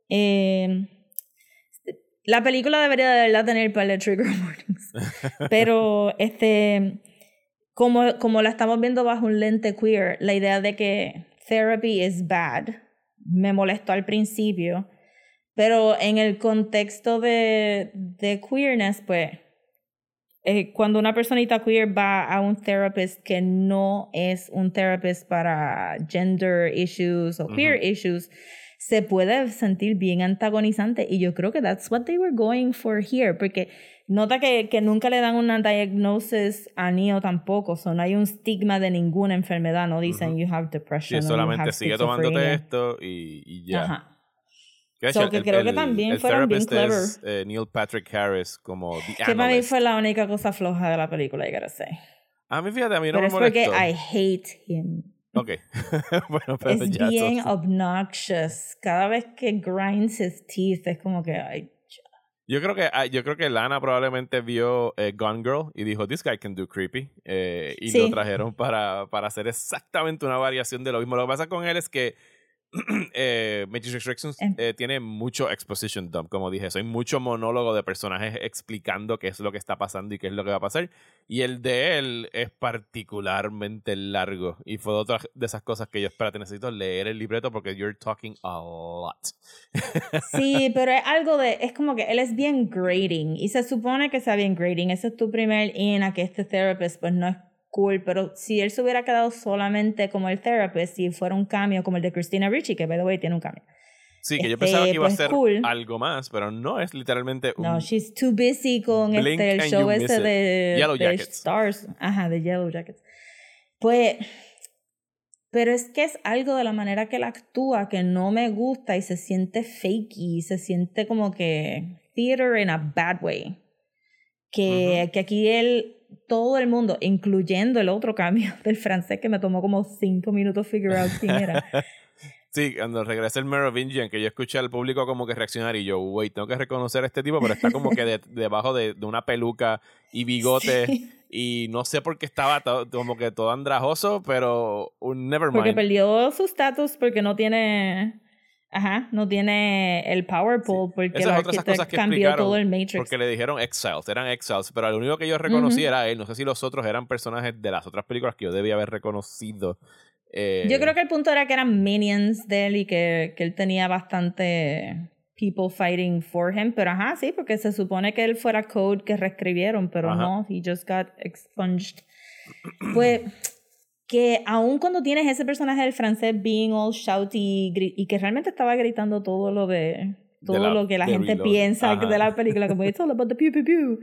la película debería de verdad tener par de trigger warnings, pero como la estamos viendo bajo un lente queer, la idea de que therapy is bad me molestó al principio, pero en el contexto de queerness, pues cuando una personita queer va a un therapist que no es un therapist para gender issues o queer issues, se puede sentir bien antagonizante, y yo creo que that's what they were going for here, porque nota que nunca le dan una diagnosis a Neo tampoco. No hay un estigma de ninguna enfermedad. No dicen you have depression. Sí, solamente sigue tomándote esto y ya. Ajá. Que creo que también el fueron bien therapist clever. Es Neil Patrick Harris como The Que para mí Analyst. fue la única cosa floja de la película, I gotta say. A mí, fíjate, a mí no Pero me es porque molestó. I hate him. Ok. Bueno, pero Es ya bien eso- obnoxious. Cada vez que grinds his teeth es como que ay, Yo creo que Lana probablemente vio Gone Girl y dijo, this guy can do creepy. Y Sí. lo trajeron para hacer exactamente una variación de lo mismo. Lo que pasa con él es que Matrix Resurrections tiene mucho exposition dump, como dije. Hay mucho monólogo de personajes explicando qué es lo que está pasando y qué es lo que va a pasar. Y el de él es particularmente largo. Y fue otra de esas cosas que yo, espérate, necesito leer el libreto porque you're talking a lot. sí, pero es algo es como que él es bien grating y se supone que sea bien grating. Ese es tu primer in a que este therapist pues no es cool, pero si él se hubiera quedado solamente como el therapist, si fuera un cambio como el de Christina Ricci, que by the way tiene un cambio. Sí, que yo pensaba que iba pues, a ser cool. algo más, pero no, es literalmente un... No, she's too busy con Blink el and show you miss ese it. de Yellow de Jackets. Stars. Ajá, de Yellow Jackets. Pues, pero es que es algo de la manera que él actúa que no me gusta y se siente fakey, se siente como que theater in a bad way. Que aquí todo el mundo, incluyendo el otro cambio del francés que me tomó como 5 minutos figure out quién era. Sí, cuando regresa el Merovingian, que yo escuché al público como que reaccionar y yo, wait, tengo que reconocer a este tipo, pero está como que debajo de una peluca y bigote Sí. y no sé por qué estaba como que todo andrajoso, pero un never Porque mind. perdió su estatus porque no tiene... Ajá, no tiene el power pole porque Esa el es otra de esas cosas arquitecto que cambió explicaron, todo el Matrix. porque le dijeron exiles, eran exiles, pero lo único que yo reconocí era él. No sé si los otros eran personajes de las otras películas que yo debía haber reconocido. Yo creo que el punto era que eran minions de él y que él tenía bastante people fighting for him, pero ajá, sí, porque se supone que él fuera code que reescribieron, pero Ajá. no, he just got expunged. Pues que aun cuando tienes ese personaje del francés being all shouty y que realmente estaba gritando todo lo que la de gente Reload. piensa Ajá. de la película, como it's all about the pew pew pew,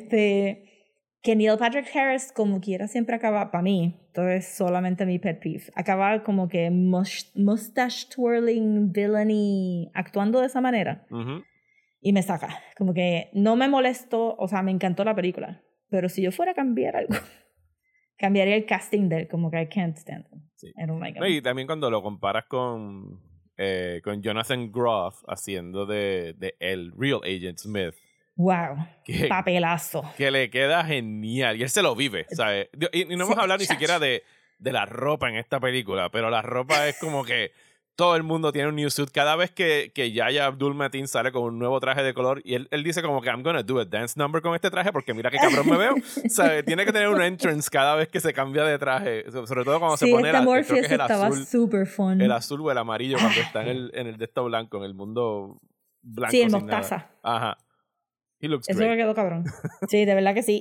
que Neil Patrick Harris como quiera siempre acaba, para mí, esto es solamente mi pet peeve, acaba como que mustache twirling villainy actuando de esa manera Ujú. y me saca, como que no me molestó, o sea, me encantó la película, pero si yo fuera a cambiar algo, cambiaría el casting de él, como que I can't stand him. Sí. I don't like him. No, y también cuando lo comparas con Jonathan Groff haciendo de el Real Agent Smith, Wow, que, papelazo. que le queda genial y él se lo vive, ¿sabes? Y no hemos hablado ni siquiera de la ropa en esta película, pero la ropa es como que todo el mundo tiene un new suit. Cada vez que Yahya Abdul-Mateen sale con un nuevo traje de color y él dice como que I'm gonna do a dance number con este traje porque mira qué cabrón me veo. ¿Sabes? Tiene que tener un entrance cada vez que se cambia de traje, sobre todo cuando se pone creo que Morpheus es el estaba azul. super fun. El azul o el amarillo cuando está en el de esto blanco, en el mundo blanco. Sí, el sin mostaza. nada. Ajá. He looks Eso great. me quedó cabrón. Sí, de verdad que sí.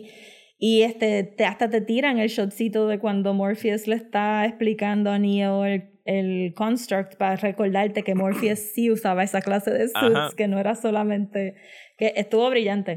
Y hasta te tiran el shotcito de cuando Morpheus le está explicando a Neo el construct para recordarte que Morpheus sí usaba esa clase de suits, Ajá. que no era solamente... que estuvo brillante.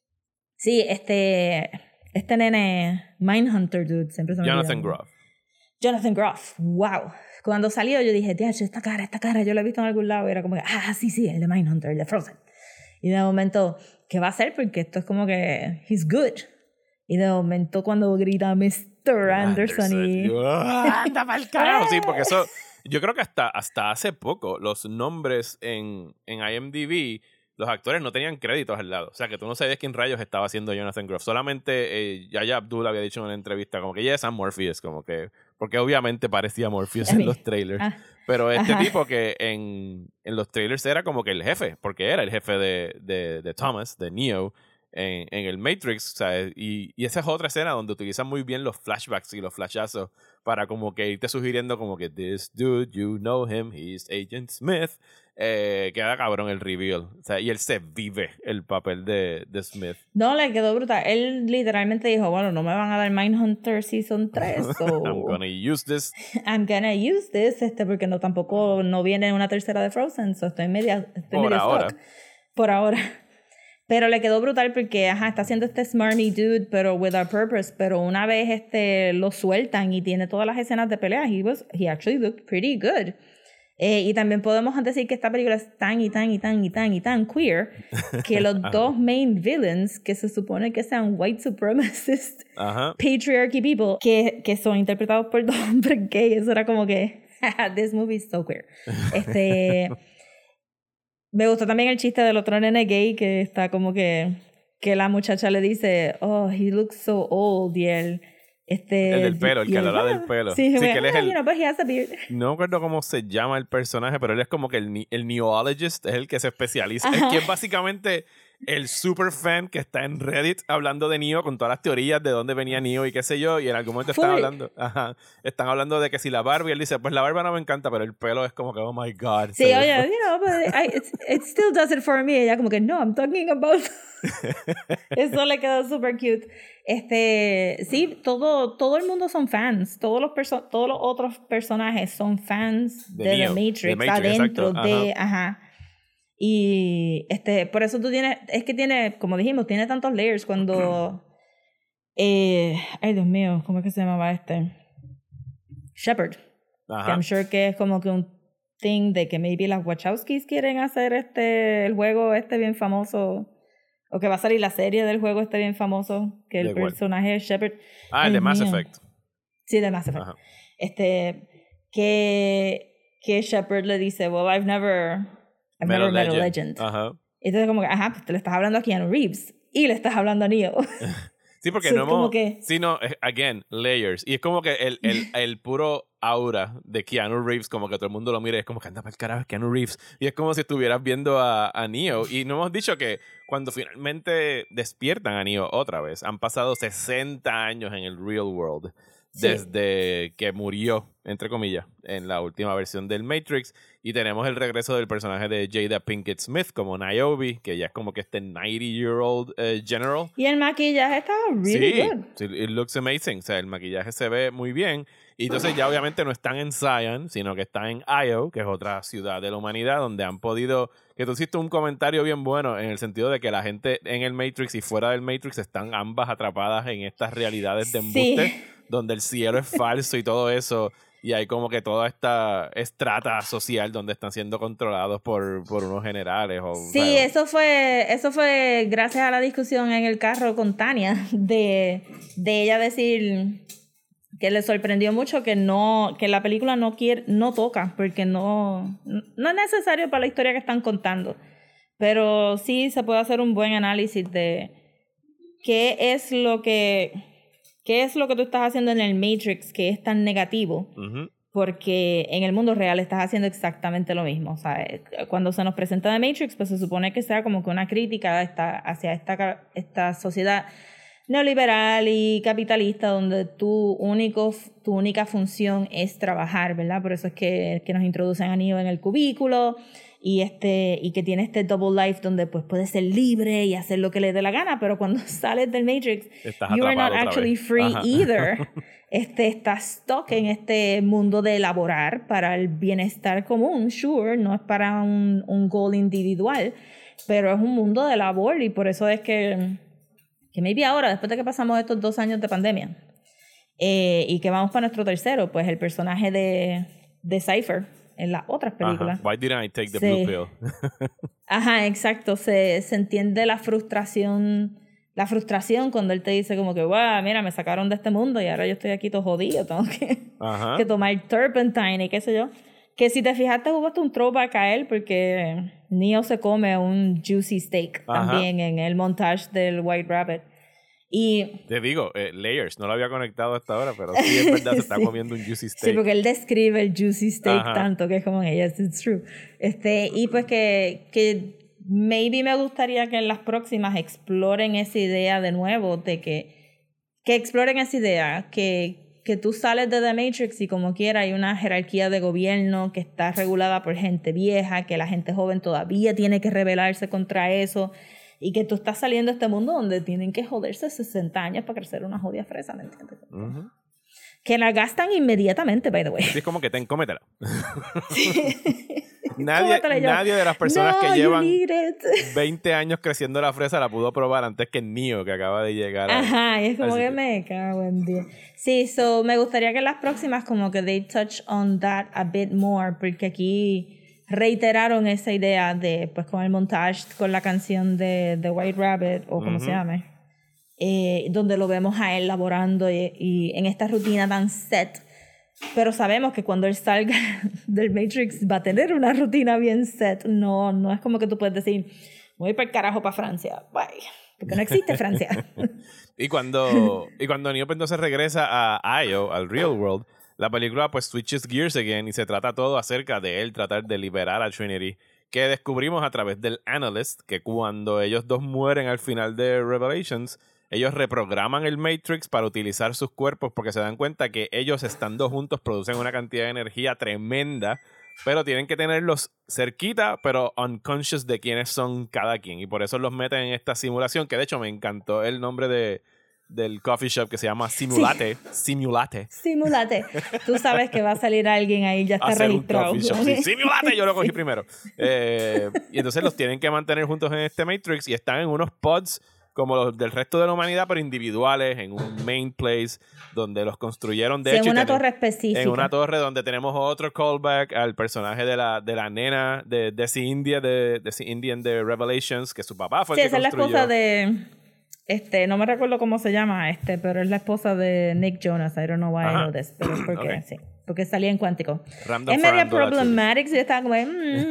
Sí, este nene Mindhunter dude, siempre se me Jonathan olvida. Groff. Jonathan Groff, wow. Cuando salió yo dije, "Diache, esta cara, yo la he visto en algún lado." Y era como que, sí, el de Mindhunter, el de Frozen. Y de momento, ¿qué va a hacer? Porque esto es como que, he's good. Y de momento cuando grita Mr. Anderson y... Yo, ¡anda pa'l carajo! Sí, porque eso... Yo creo que hasta hace poco los nombres en IMDb, los actores no tenían créditos al lado. O sea, que tú no sabías quién rayos estaba haciendo Jonathan Groff. Solamente Yahya Abdul había dicho en una entrevista como que ya es Sam Morpheus, como que... Porque obviamente parecía Morpheus en los trailers. Pero este tipo que en los trailers era como que el jefe, porque era el jefe de Thomas, de Neo, en el Matrix, ¿sabes? Y esa es otra escena donde utilizan muy bien los flashbacks y los flashazos para como que irte sugiriendo como que this dude, you know him, he's Agent Smith. Queda cabrón el reveal. O sea, y él se vive el papel de Smith. No, le quedó brutal. Él literalmente dijo, bueno, no me van a dar Mindhunter Season 3, so... I'm gonna use this. I'm gonna use this, porque tampoco no viene una tercera de Frozen, so estoy medio ahora. stuck. Por ahora. Pero le quedó brutal porque, está haciendo este smarmy dude, pero with a purpose. Pero una vez lo sueltan y tiene todas las escenas de pelea, he actually looked pretty good. Y también podemos decir que esta película es tan queer que los dos main villains, que se supone que sean white supremacist, patriarchy people, que son interpretados por dos hombres gays, eso era como que, this movie is so queer. Me gustó también el chiste del otro nene gay que está como que la muchacha le dice, oh, he looks so old, y él... el del pelo, el que habla del pelo. Sí, que él es el... but he has a beard. No me acuerdo cómo se llama el personaje, pero él es como que el neologist, es el que se especializa. Es que es básicamente el super fan que está en Reddit hablando de Neo con todas las teorías de dónde venía Neo y qué sé yo, y en algún momento están hablando de que si la barba, y él dice, pues la barba no me encanta, pero el pelo es como que, oh my God. Sí, oye, but it still does it for me. Ella como que, no, I'm talking about... Eso le quedó super cute. Sí, todo el mundo son fans. Todos los otros personajes son fans de The Matrix adentro de... Y por eso tú tienes... Es que tiene, como dijimos, tiene tantos layers cuando... ay, Dios mío, ¿cómo es que se llamaba Shepard. Que I'm sure que es como que un thing de que maybe las Wachowskis quieren hacer el juego bien famoso... O que va a salir la serie del juego bien famoso, que el personaje es Shepard. El de Mass Effect. Sí, de Mass Effect. Que Shepard le dice, well, I've never met a legend. Entonces como que, pues te le estás hablando a Keanu Reeves y le estás hablando a Neo. Sí, porque no hemos... Sí, no, again, layers. Y es como que el puro aura de Keanu Reeves, como que todo el mundo lo mira y es como que anda para el carajo Keanu Reeves. Y es como si estuvieras viendo a Neo. Y no hemos dicho que cuando finalmente despiertan a Neo otra vez, han pasado 60 años en el real world. Desde que murió, entre comillas, en la última versión del Matrix. Y tenemos el regreso del personaje de Jada Pinkett Smith como Niobe, que ya es como que 90-year-old general. Y el maquillaje está really good. Sí, it looks amazing. O sea, el maquillaje se ve muy bien. Y entonces ya obviamente no están en Zion, sino que están en Io, que es otra ciudad de la humanidad, donde han podido... Que tú hiciste un comentario bien bueno en el sentido de que la gente en el Matrix y fuera del Matrix están ambas atrapadas en estas realidades de embuste, donde el cielo es falso y todo eso, y hay como que toda esta estrata social donde están siendo controlados por unos generales. Sí, eso fue gracias a la discusión en el carro con Tania, de ella decir... que le sorprendió mucho que la película no toca, porque no es necesario para la historia que están contando. Pero sí se puede hacer un buen análisis de qué es lo que tú estás haciendo en el Matrix que es tan negativo, porque en el mundo real estás haciendo exactamente lo mismo. O sea, cuando se nos presenta The Matrix, pues se supone que sea como que una crítica hacia esta sociedad neoliberal y capitalista donde tu única función es trabajar, ¿verdad? Por eso es que nos introducen a Neo en el cubículo y que tiene este double life donde pues puedes ser libre y hacer lo que le dé la gana, pero cuando sales del Matrix, you are not actually free either. Estás stuck en este mundo de laborar para el bienestar común, sure, no es para un goal individual, pero es un mundo de labor y por eso es que maybe ahora, después de que pasamos estos 2 años de pandemia y que vamos para nuestro tercero, pues el personaje de Cypher en las otras películas. Why didn't I take the blue pill? Exacto. Se entiende la frustración cuando él te dice como que, wow, mira, me sacaron de este mundo y ahora yo estoy aquí todo jodido, tengo que tomar turpentine y qué sé yo. Que si te fijaste hubo hasta un throwback a él porque Neo se come un juicy steak también en el montage del White Rabbit. Y te digo, layers, no lo había conectado hasta ahora, pero sí es verdad, se está comiendo un juicy steak. Sí, porque él describe el juicy steak tanto que es como, yes, it's true. Y pues que maybe me gustaría que en las próximas exploren esa idea de nuevo, de que exploren esa idea, que tú sales de The Matrix y como quiera hay una jerarquía de gobierno que está regulada por gente vieja, que la gente joven todavía tiene que rebelarse contra eso y que tú estás saliendo de este mundo donde tienen que joderse 60 años para crecer una jodida fresa, ¿me entiendes? Que la gastan inmediatamente, by the way. Sí, es como que cómetela. Nadie de las personas No, que you llevan need it. 20 años creciendo la fresa la pudo probar antes que Neo, que acaba de llegar. Ajá, y es como al que sitio. me cago en Dios. Sí, me gustaría que las próximas como que they touch on that a bit more, porque aquí reiteraron esa idea de, pues con el montage, con la canción de The White Rabbit, o como se llame, donde lo vemos a él laborando y en esta rutina tan set. Pero sabemos que cuando él salga del Matrix va a tener una rutina bien set. No es como que tú puedes decir, voy para el carajo para Francia. Bye. Porque no existe Francia. Y cuando Neo entonces regresa a Io, al Real World, la película pues switches gears again y se trata todo acerca de él tratar de liberar a Trinity, que descubrimos a través del Analyst, que cuando ellos dos mueren al final de Revelations, ellos reprograman el Matrix para utilizar sus cuerpos porque se dan cuenta que ellos estando juntos producen una cantidad de energía tremenda, pero tienen que tenerlos cerquita, pero unconscious de quiénes son cada quien. Y por eso los meten en esta simulación, que de hecho me encantó el nombre del coffee shop, que se llama Simulate. Sí. Simulate. Simulate. Tú sabes que va a salir alguien ahí, ya está Hacer registrado. un coffee shop. Sí, Simulate, yo lo cogí primero. Y entonces los tienen que mantener juntos en este Matrix y están en unos pods como los del resto de la humanidad, pero individuales, en un main place donde los construyeron de Sí, hecho. en una torre específica. En una torre donde tenemos otro callback al personaje de la nena de Desi Indian de Revelations, que su papá fue el Sí, que esa es la construyó. esposa de... no me recuerdo cómo se llama, pero es la esposa de Nick Jonas. I don't know why I know this, pero es porque, Okay. sí, porque salía en Cuántico. Random Es media Farandula, problematic, y yo estaba como,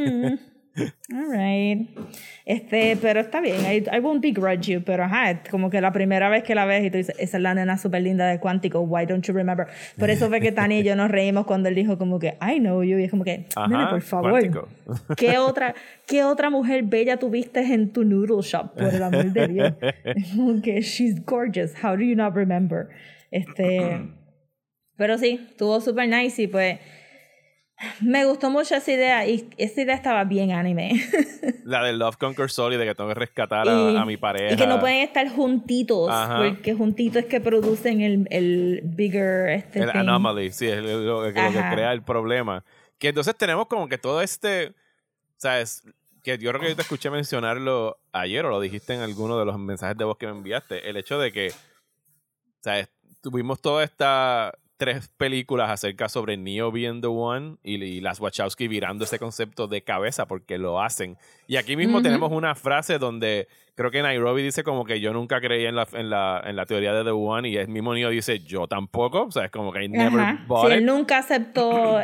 all right. Pero está bien, I won't begrudge you, pero ajá, como que la primera vez que la ves y tú dices, esa es la nena súper linda de Cuántico, why don't you remember? Por eso fue que Tania y yo nos reímos cuando él dijo como que, I know you, y es como que, nena, por favor, Cuántico. ¿qué otra mujer bella tuviste en tu noodle shop, por el amor de Dios? Es como que, she's gorgeous, how do you not remember? Pero sí, estuvo súper nice y pues me gustó mucho esa idea y esa idea estaba bien anime. La de Love Conquer Soul y de que tengo que rescatar a mi pareja. Y que no pueden estar juntitos, Ajá. porque juntitos es que producen el bigger el thing. anomaly, sí, es lo que crea el problema. Que entonces tenemos como que todo ¿sabes? Que yo creo que yo te escuché mencionarlo ayer o lo dijiste en alguno de los mensajes de voz que me enviaste. El hecho de que, ¿sabes? Tuvimos toda esta 3 películas acerca sobre Neo being the one y las Wachowski virando ese concepto de cabeza porque lo hacen. Y aquí mismo tenemos una frase donde creo que Nairobi dice como que yo nunca creí en la teoría de The One y el mismo Neo dice yo tampoco. O sea, es como que I never bought Sí, it. él nunca aceptó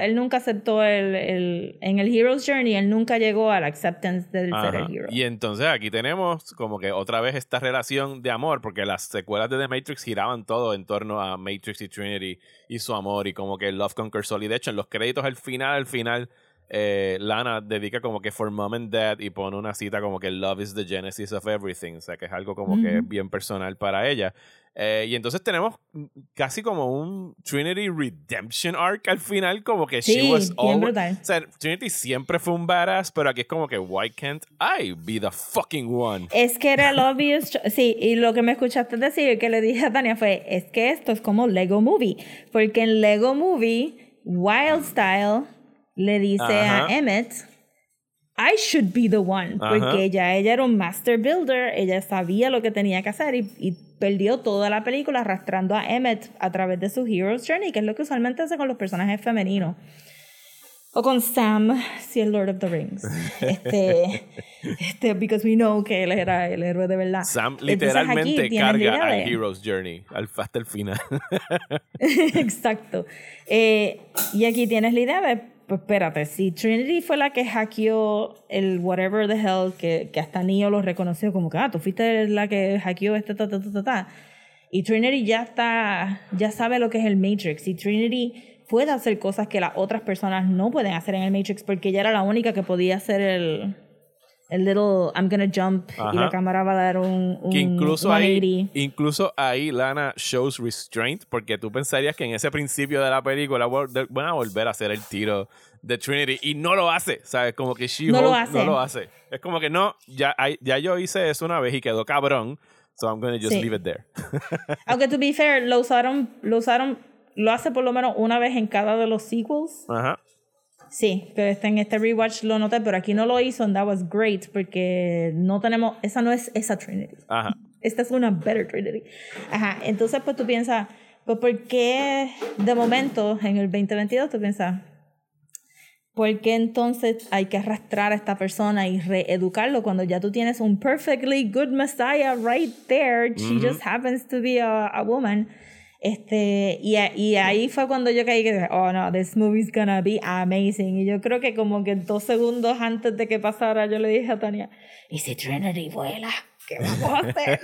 en el Hero's Journey, él nunca llegó al acceptance del ser el hero. Y entonces aquí tenemos como que otra vez esta relación de amor, porque las secuelas de The Matrix giraban todo en torno a Matrix y Trinity y su amor y como que Love Conquer Soul. Y de hecho en los créditos al final Lana dedica como que For Mom and Dad y pone una cita como que Love is the genesis of everything, o sea que es algo como que es bien personal para ella. Y entonces tenemos casi como un Trinity Redemption arc al final, como que Sí, she was bien always, brutal. o sea, Trinity siempre fue un badass, pero aquí es como que why can't I be the fucking one? Es que era el obvious. Sí, y lo que me escuchaste decir, que le dije a Tania fue, es que esto es como Lego Movie, porque en Lego Movie, Wild Style le dice Ajá. a Emmett, I should be the one, porque Ajá. ella era un master builder, ella sabía lo que tenía que hacer y perdió toda la película arrastrando a Emmett a través de su Hero's Journey, que es lo que usualmente hace con los personajes femeninos. O con Sam, si es Lord of the Rings. Because we know que él era el héroe de verdad. Sam Entonces, literalmente aquí tienes la idea carga al de- Hero's Journey hasta el final. Exacto. Y aquí tienes la idea de, pues espérate, si Trinity fue la que hackeó el whatever the hell, que hasta Neo lo reconoció como que, tú fuiste la que hackeó y Trinity ya sabe lo que es el Matrix, y Trinity puede hacer cosas que las otras personas no pueden hacer en el Matrix, porque ella era la única que podía hacer el little I'm gonna jump, y Ajá. la cámara va a dar un Que incluso 180. incluso ahí Lana shows restraint, porque tú pensarías que en ese principio de la película van a volver a hacer el tiro de Trinity y no lo hace, ¿sabes? Como que No lo hace. no lo hace. Es como que no, ya yo hice eso una vez y quedó cabrón, so I'm gonna just Sí. leave it there. Aunque to be fair, lo hace por lo menos una vez en cada de los sequels. Ajá. Sí, que en este rewatch lo noté, pero aquí no lo hizo, and that was great, porque no tenemos, esa no es esa Trinity. Ajá. Esta es una better Trinity. Ajá, entonces pues tú piensas, pues ¿por qué de momento en el 2022 tú piensas, ¿por qué entonces hay que arrastrar a esta persona y reeducarlo cuando ya tú tienes un perfectly good Messiah right there? She just happens to be a woman. Y ahí fue cuando yo caí que dije, oh no, this movie's gonna be amazing. Y yo creo que como que 2 segundos antes de que pasara yo le dije a Tania, ¿y si Trinity vuela? ¿Qué vamos a hacer?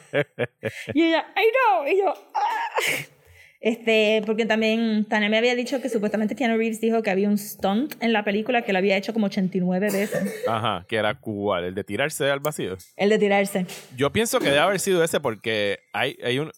Y ella, I know. Y yo, ah. Porque también Tania me había dicho que supuestamente Keanu Reeves dijo que había un stunt en la película que lo había hecho como 89 veces. Ajá, que era ¿cuál? ¿El de tirarse al vacío? El de tirarse. Yo pienso que debe haber sido ese porque hay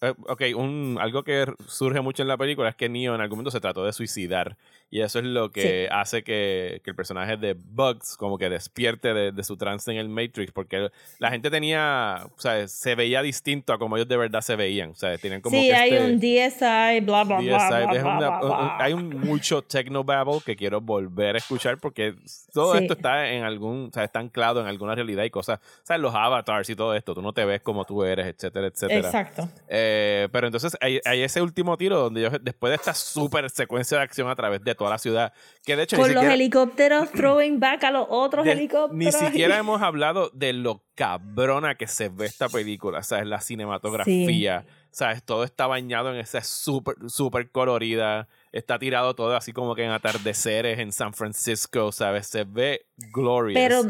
algo que surge mucho en la película es que Neo en algún momento se trató de suicidar y eso es lo que hace que el personaje de Bugs como que despierte de su trance en el Matrix, porque la gente tenía, o sea, se veía distinto a como ellos de verdad se veían, o sea, tenían como que hay un DSI, bla, bla, DSI, bla, bla, bla. hay mucho technobabble que quiero volver a escuchar porque todo esto está en algún, o sea, está anclado en alguna realidad y cosas, o sea, los avatars y todo esto, tú no te ves como tú eres, etcétera, etcétera. Exacto. Pero entonces hay ese último tiro donde yo, después de esta super secuencia de acción a través de toda la ciudad, que de hecho con los helicópteros throwing back a los otros helicópteros. Ni siquiera hemos hablado de lo cabrona que se ve esta película, ¿sabes? La cinematografía, ¿sabes? Todo está bañado en esa super colorida, está tirado todo así como que en atardeceres en San Francisco, ¿sabes? Se ve glorious. Pero,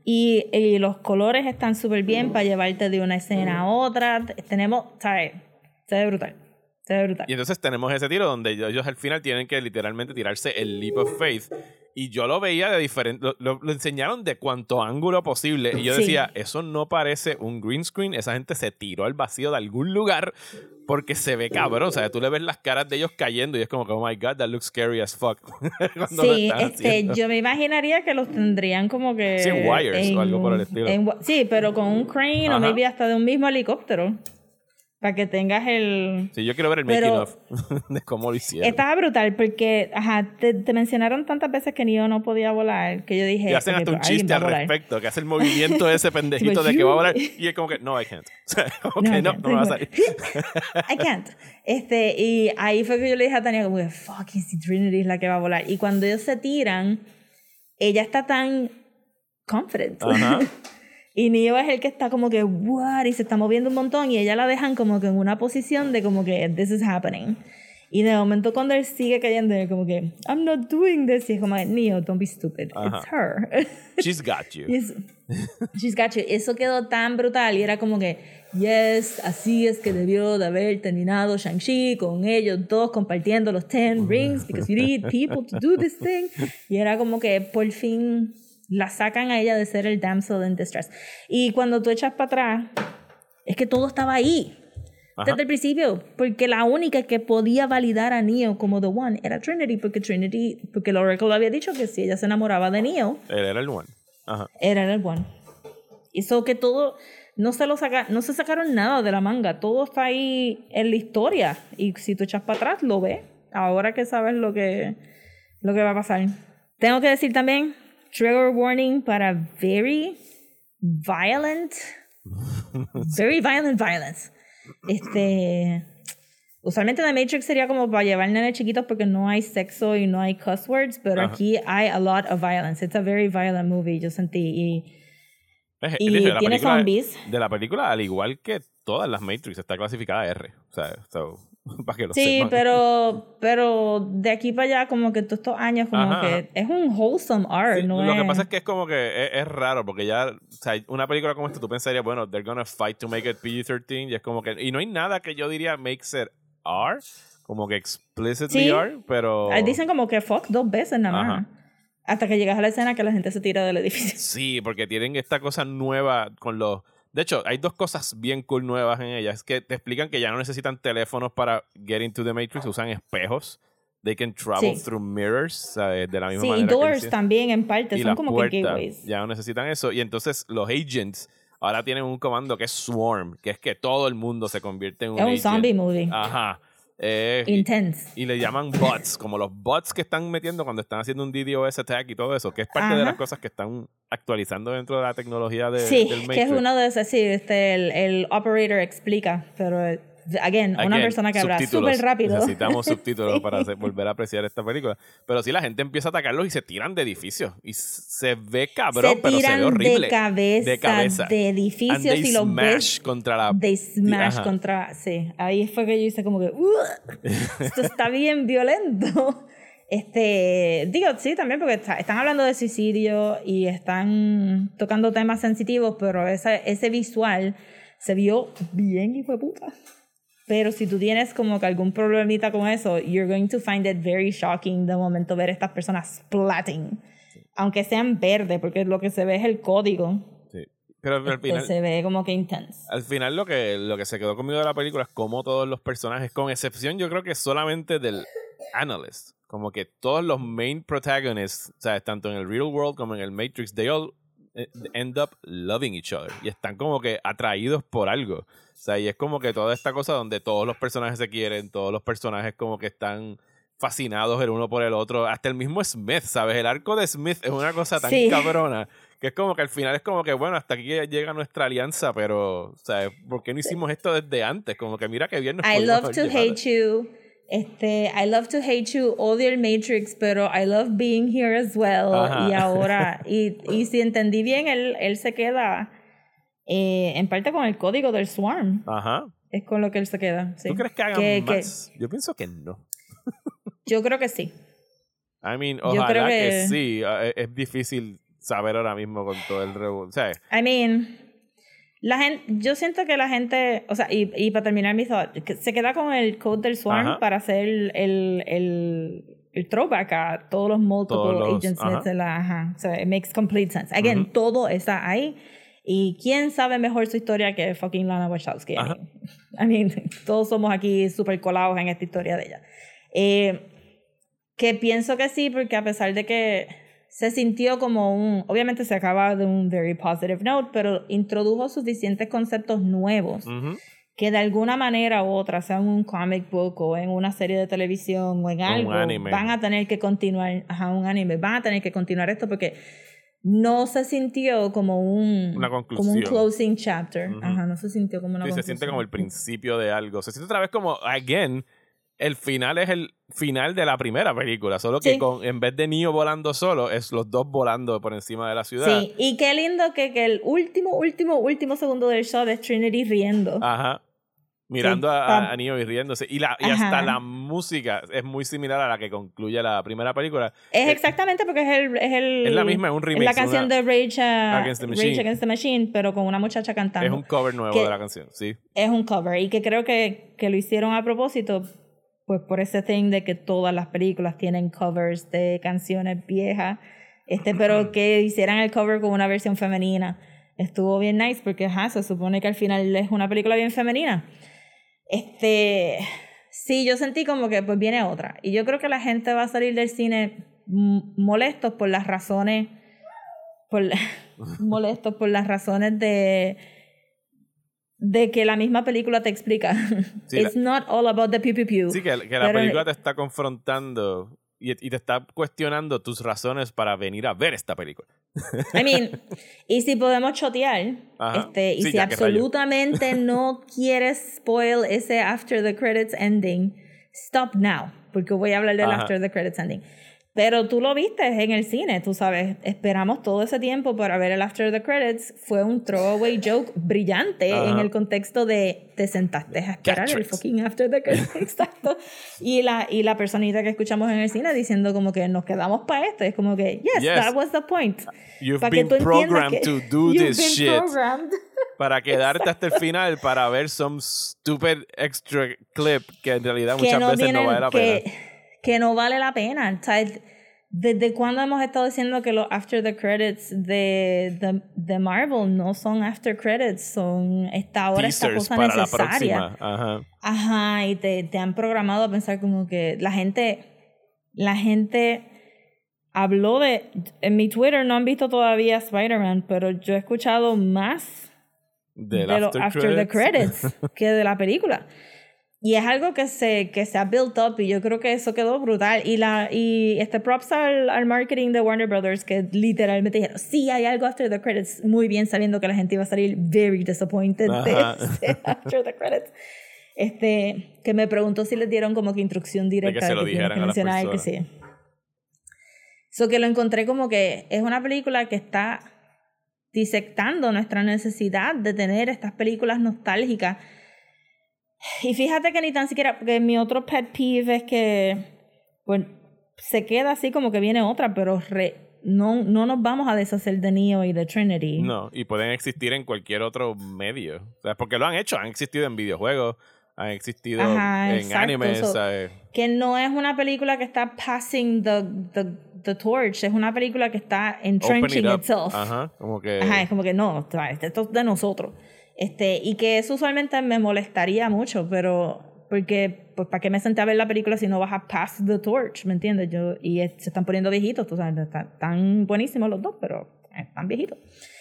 y los colores están súper bien para llevarte de una escena a otra. Tenemos, ¿sabes? Se ve brutal. Y entonces tenemos ese tiro donde ellos al final tienen que literalmente tirarse el leap of faith. Y yo lo veía de diferente, lo enseñaron de cuanto ángulo posible. Y yo decía, eso no parece un green screen. Esa gente se tiró al vacío de algún lugar porque se ve cabrón. O sea, tú le ves las caras de ellos cayendo y es como que, oh my God, that looks scary as fuck. Sí, yo me imaginaría que los tendrían como que... Sí, wires o algo por el estilo. Sí, pero con un crane o maybe hasta de un mismo helicóptero. Para que tengas el... Sí, yo quiero ver el making of de cómo lo hicieron. Estaba brutal porque, te mencionaron tantas veces que Neo no podía volar que yo dije... Y hacen hasta un chiste al respecto, que hace el movimiento de ese pendejito de que va a volar y es como que, no, I can't. O sea, no me va a salir. I can't. Y ahí fue que yo le dije a Tania como que, fuck, si Trinity es la que va a volar. Y cuando ellos se tiran, ella está tan confident. Ajá. Y Neo es el que está como que, what, y se está moviendo un montón y ella la dejan como que en una posición de como que, this is happening. Y de momento cuando él sigue cayendo, él como que, I'm not doing this. Y es como, Neo, don't be stupid. Ajá. It's her. She's got you. She's got you. Eso quedó tan brutal y era como que, yes, así es que debió de haber terminado Shang-Chi con ellos dos compartiendo los 10 rings because you need people to do this thing. Y era como que por fin... la sacan a ella de ser el damsel in distress. Y cuando tú echas para atrás, es que todo estaba ahí. Ajá. Desde el principio. Porque la única que podía validar a Neo como The One era Trinity. Porque el Oracle había dicho que si ella se enamoraba de Neo... Él era el One. Ajá. Era el One. Hizo que todo... No se sacaron nada de la manga. Todo está ahí en la historia. Y si tú echas para atrás, lo ves. Ahora que sabes lo que va a pasar. Tengo que decir también... Trigger warning para very violent violence. Usualmente en The Matrix sería como para llevar nenes chiquitos porque no hay sexo y no hay cuss words, pero aquí hay a lot of violence. It's a very violent movie, yo sentí. Y tiene zombies. De la película, al igual que todas las Matrix, está clasificada R. O sea, para que lo sí, sepan. pero de aquí para allá, como que todos estos años, como que es un wholesome art, sí, ¿no? Lo que pasa es que es como que es raro, porque ya, o sea, una película como esta, tú pensarías, bueno, they're gonna fight to make it PG-13, y es como que, y no hay nada que yo diría makes it R, como que explicitly R, pero... Dicen como que fuck 2 veces nada más. Hasta que llegas a la escena que la gente se tira del edificio. Sí, porque tienen esta cosa nueva con los... De hecho, hay 2 cosas bien cool nuevas en ellas. Es que te explican que ya no necesitan teléfonos para get into the Matrix. Usan espejos. They can travel through mirrors, ¿sabes? De la misma manera. Sí, y doors también en parte. Son como que gateways. Ya no necesitan eso. Y entonces los agents ahora tienen un comando que es Swarm. Que es que todo el mundo se convierte en un agent. Es un zombie movie. Ajá. Intense. Y le llaman bots, como los bots que están metiendo cuando están haciendo un DDoS attack y todo eso, que es parte de las cosas que están actualizando dentro de la tecnología del Matrix. Que es uno de esos, sí, el operator explica, pero again, una persona que habla súper rápido. Necesitamos subtítulos para volver a apreciar esta película. Pero sí, la gente empieza a atacarlos y se tiran de edificios. Y se ve cabrón, pero se ve horrible. De cabeza. De edificios y los ves. They smash contra... Sí, ahí fue que yo hice como que... esto está bien violento. Digo, sí, también porque están hablando de suicidio y están tocando temas sensitivos, pero ese visual se vio bien hijo de puta. Pero si tú tienes como que algún problemita con eso, you're going to find it very shocking de momento ver estas personas splatting. Sí. Aunque sean verdes, porque lo que se ve es el código. Sí. Pero al final se ve como que intense. Al final lo que se quedó conmigo de la película es como todos los personajes, con excepción yo creo que solamente del analyst, como que todos los main protagonists, o sea, tanto en el real world como en el Matrix, they all end up loving each other. Y están como que atraídos por algo. O sea, y es como que toda esta cosa donde todos los personajes se quieren, todos los personajes como que están fascinados el uno por el otro. Hasta el mismo Smith, ¿sabes? El arco de Smith es una cosa tan cabrona que es como que al final es como que, bueno, hasta aquí llega nuestra alianza, pero, ¿sabes? ¿Por qué no hicimos esto desde antes? Como que mira que bien nos I love to hate you. I love to hate you, odio el Matrix, pero I love being here as well. Ajá. Y ahora, y si entendí bien, él se queda en parte con el código del Swarm. Ajá. Es con lo que él se queda. Sí. ¿Tú crees que hagan más? Yo pienso que no. Yo creo que sí. I mean, ojalá que sí. Es difícil saber ahora mismo con todo el revuelo. ¿Sabes? I mean, yo siento que la gente, o sea, y para terminar mi thought, se queda con el code del Swarm para hacer el throwback a todos los multiple agent Smiths. So it makes complete sense. Again, todo está ahí. Y quién sabe mejor su historia que fucking Lana Wachowski. I mean, todos somos aquí súper colados en esta historia de ella. Que pienso que sí, porque a pesar de que se sintió como obviamente se acaba de un very positive note, pero introdujo suficientes conceptos nuevos que de alguna manera u otra, sea en un comic book o en una serie de televisión o en algo, van a tener que continuar, un anime, van a tener que continuar esto porque no se sintió como una conclusión, como un closing chapter. No se sintió como una conclusión. Se siente como el principio de algo. Se siente otra vez como, again, el final es el final de la primera película, solo que en vez de Neo volando solo, es los dos volando por encima de la ciudad. Sí, y qué lindo que el último segundo del shot es Trinity riendo. Ajá. Mirando a Neo y riéndose. Y hasta la música es muy similar a la que concluye la primera película. Es exactamente porque es la misma, es un remix. Es la canción de Rage Against the Machine, pero con una muchacha cantando. Es un cover nuevo de la canción, sí. Es un cover. Y que creo que lo hicieron a propósito, pues por ese thing de que todas las películas tienen covers de canciones viejas, pero que hicieran el cover con una versión femenina. Estuvo bien nice porque se supone que al final es una película bien femenina. Sí, yo sentí como que pues viene otra. Y yo creo que la gente va a salir del cine molestos por las razones molestos por las razones de que la misma película te explica. Sí, It's not all about the pew pew pew. Sí, que la película te está confrontando y te está cuestionando tus razones para venir a ver esta película. I mean, y si podemos chotear, y si absolutamente no quieres spoil ese after the credits ending, stop now, porque voy a hablar del after the credits ending. Pero tú lo viste en el cine, tú sabes, esperamos todo ese tiempo para ver el after the credits. Fue un throwaway joke brillante en el contexto de te sentaste a esperar el fucking after the credits. Exacto. Y la personita que escuchamos en el cine diciendo como que nos quedamos para esto. Es como que, yes, that was the point. You've been programmed to do this shit. Para quedarte hasta el final para ver some stupid extra clip que en realidad muchas veces no vale la pena. Que no vale la pena. ¿Desde cuándo hemos estado diciendo que los after the credits de Marvel no son after credits? Son esta cosa para necesaria. La próxima. Y te han programado a pensar como que la gente habló de... En mi Twitter no han visto todavía Spider-Man, pero yo he escuchado más de los after the credits que de la película. Y es algo que se ha built up y yo creo que eso quedó brutal. Y props al marketing de Warner Brothers que literalmente dijeron, sí, hay algo after the credits, muy bien sabiendo que la gente iba a salir very disappointed de after the credits. Que me preguntó si les dieron como que instrucción directa de que se lo dijeran a las personas. Que sí. So que lo encontré como que es una película que está disectando nuestra necesidad de tener estas películas nostálgicas. Y fíjate que ni tan siquiera, porque mi otro pet peeve es que bueno, se queda así como que viene otra, pero no nos vamos a deshacer de Neo y de Trinity. No, y pueden existir en cualquier otro medio. O sea, porque lo han hecho, han existido en videojuegos, han existido en animes. Que no es una película que está passing the torch, es una película que está entrenching itself. Ajá, como que... Ajá, es como que no, esto es de nosotros. Y que eso usualmente me molestaría mucho, pero porque pues para qué me senté a ver la película si no vas a pass the torch, ¿me entiendes? Se están poniendo viejitos, tú sabes, están buenísimos los dos, pero están viejitos.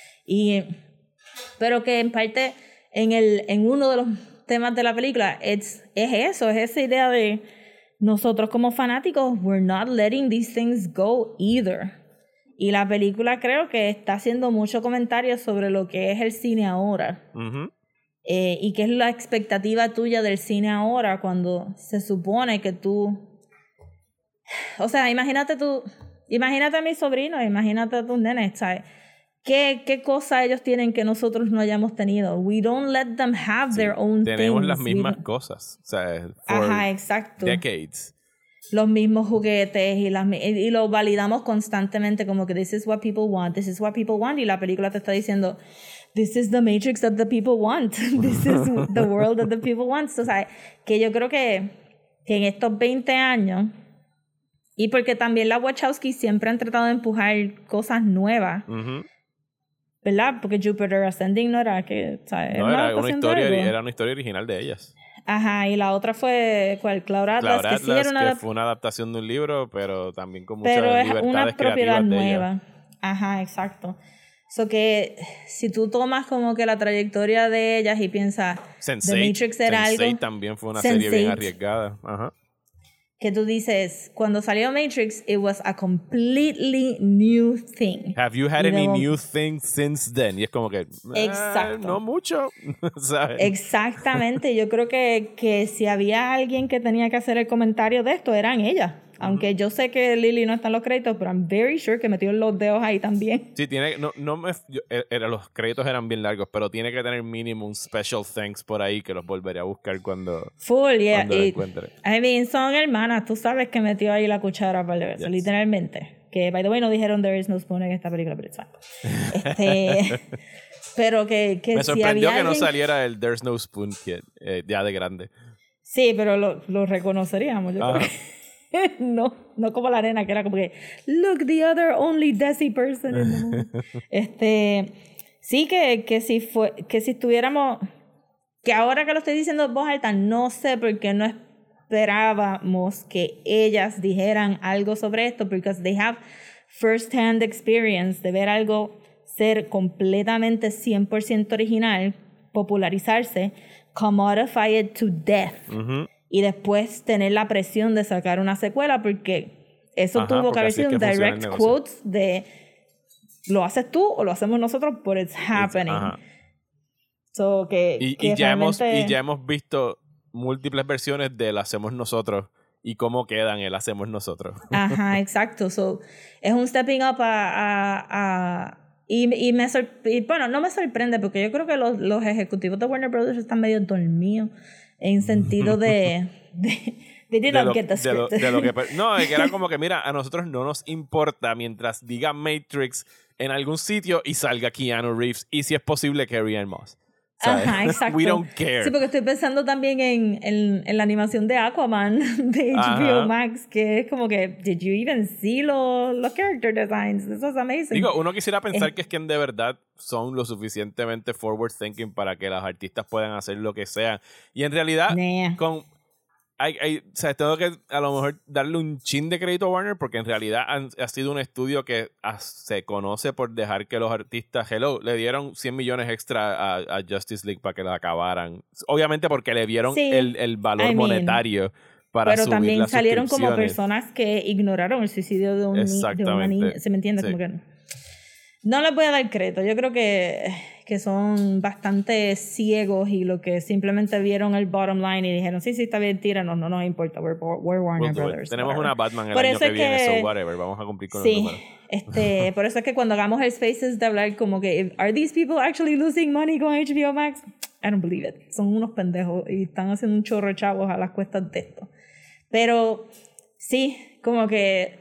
Pero que en parte en uno de los temas de la película es esa idea de nosotros como fanáticos, we're not letting these things go either. Y la película creo que está haciendo mucho comentario sobre lo que es el cine ahora. Uh-huh. Y qué es la expectativa tuya del cine ahora cuando se supone que tú... O sea, imagínate a mis sobrinos, imagínate a tus nenes, ¿sabes? ¿Qué cosa ellos tienen que nosotros no hayamos tenido? We don't let them have their own things. Tenemos las mismas cosas, o sea, ajá, exacto. Decades. Los mismos juguetes y lo validamos constantemente como que this is what people want y la película te está diciendo this is the Matrix that the people want, this is the world that the people want. O sea, que yo creo que en estos 20 años y porque también la Wachowski siempre han tratado de empujar cosas nuevas, uh-huh. ¿verdad? Porque Jupiter Ascending no era que, o sea, era una historia original de ellas. Ajá, y la otra fue Cloud Atlas, que sí era que fue una adaptación de un libro, pero también con muchas libertades creativas. Pero es una propiedad nueva. Ella. Ajá, exacto. So que si tú tomas como que la trayectoria de ellas y piensas Sense8, The Matrix era Sense8 algo... también fue una serie bien arriesgada. Ajá. Que tú dices, cuando salió Matrix, it was a completely new thing. Have you had any new things since then? Y es como que, exacto. No mucho, ¿sabes? Exactamente. Yo creo que si había alguien que tenía que hacer el comentario de esto, eran ellas. Aunque yo sé que Lily no está en los créditos, pero I'm very sure que metió los dedos ahí también. Sí, los créditos eran bien largos, pero tiene que tener mínimo un special thanks por ahí que los volveré a buscar cuando lo encuentre. I mean, son hermanas, tú sabes que metió ahí la cuchara un par de veces, literalmente. Que, by the way, no dijeron there is no spoon en esta película, pero it's fine. Pero que me sorprendió si que alguien... no saliera el There's No Spoon Kid, ya de grande. Sí, pero lo reconoceríamos, yo creo. No como la nena que era como que look, the other only Desi person in the movie. Sí que si estuviéramos, que ahora que lo estoy diciendo en voz alta, no sé por qué no esperábamos que ellas dijeran algo sobre esto, because they have first hand experience de ver algo ser completamente 100% original, popularizarse, commodify it to death. Uh-huh. Y después tener la presión de sacar una secuela, porque eso tuvo que haber sido un direct quote de ¿lo haces tú o lo hacemos nosotros? But it's happening. So, ya hemos visto múltiples versiones del hacemos nosotros y cómo quedan el hacemos nosotros. Ajá, exacto. So, es un stepping up y bueno, no me sorprende porque yo creo que los ejecutivos de Warner Brothers están medio dormidos en sentido de they did not get the script. No, es que era como que, mira, a nosotros no nos importa mientras diga Matrix en algún sitio y salga Keanu Reeves y si es posible Carrie Ann Moss. ¿Sabes? Ajá, exacto. We don't care. Sí, porque estoy pensando también en la animación de Aquaman de HBO Max, que es como que, did you even see los character designs? This was amazing. Digo, uno quisiera pensar que es que de verdad son lo suficientemente forward thinking para que los artistas puedan hacer lo que sea. Y en realidad, o sea, tengo que a lo mejor darle un chin de crédito a Warner porque en realidad ha sido un estudio que se conoce por dejar que los artistas, le dieron 100 millones extra a Justice League para que la acabaran. Obviamente porque le vieron el valor monetario para pero subir también las salieron como suscripciones. personas que ignoraron el suicidio de una niña. ¿Se me entiende? Sí. Como que no les voy a dar crédito. Yo creo que son bastante ciegos y lo que simplemente vieron el bottom line y dijeron, sí, está bien, tíranos, no nos importa, we're Warner Brothers. Tenemos whatever. una Batman el Por año eso que es viene, que- so whatever, vamos a cumplir con los números. Por eso es que cuando hagamos el Spaces de hablar como que, ¿are these people actually losing money con HBO Max? I don't believe it. Son unos pendejos y están haciendo un chorro de chavos a las cuestas de esto. Pero sí, como que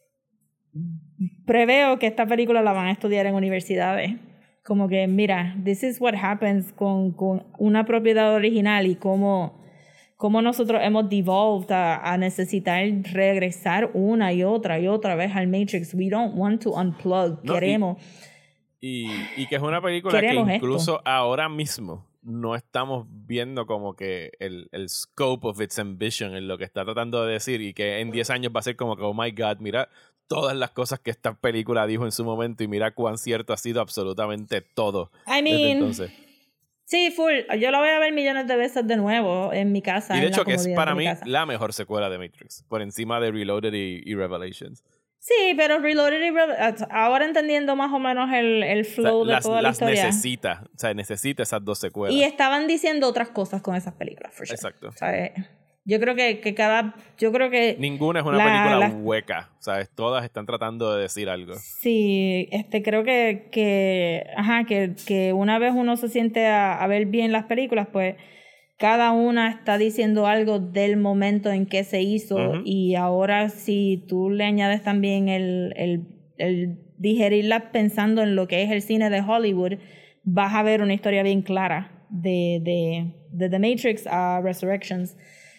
preveo que esta película la van a estudiar en universidades. Como que, mira, this is what happens con una propiedad original y cómo nosotros hemos devolved a necesitar regresar una y otra vez al Matrix. We don't want to unplug. No, Queremos. Y que es una película que Queremos incluso ahora mismo no estamos viendo como que el scope of its ambition en lo que está tratando de decir y que en 10 años va a ser como que, oh my God, mira todas las cosas que esta película dijo en su momento y mira cuán cierto ha sido absolutamente todo I desde mean, entonces. sí, full. Yo la voy a ver millones de veces de nuevo en mi casa. Y de en la hecho que es comodidad para de mi mí casa. la mejor secuela de Matrix, por encima de Reloaded y Revelations. Sí, pero Reloaded y ahora entendiendo más o menos el flow O sea, de toda la las historia. necesita esas dos secuelas. Y estaban diciendo otras cosas con esas películas, for sure. Exacto. O sea, yo creo que Ninguna es una película hueca, ¿sabes? Todas están tratando de decir algo. sí, creo que una vez uno se siente a ver bien las películas, pues cada una está diciendo algo del momento en que se hizo. Uh-huh. Y ahora si tú le añades también el digerirlas pensando en lo que es el cine de Hollywood, vas a ver una historia bien clara de The Matrix a Resurrections.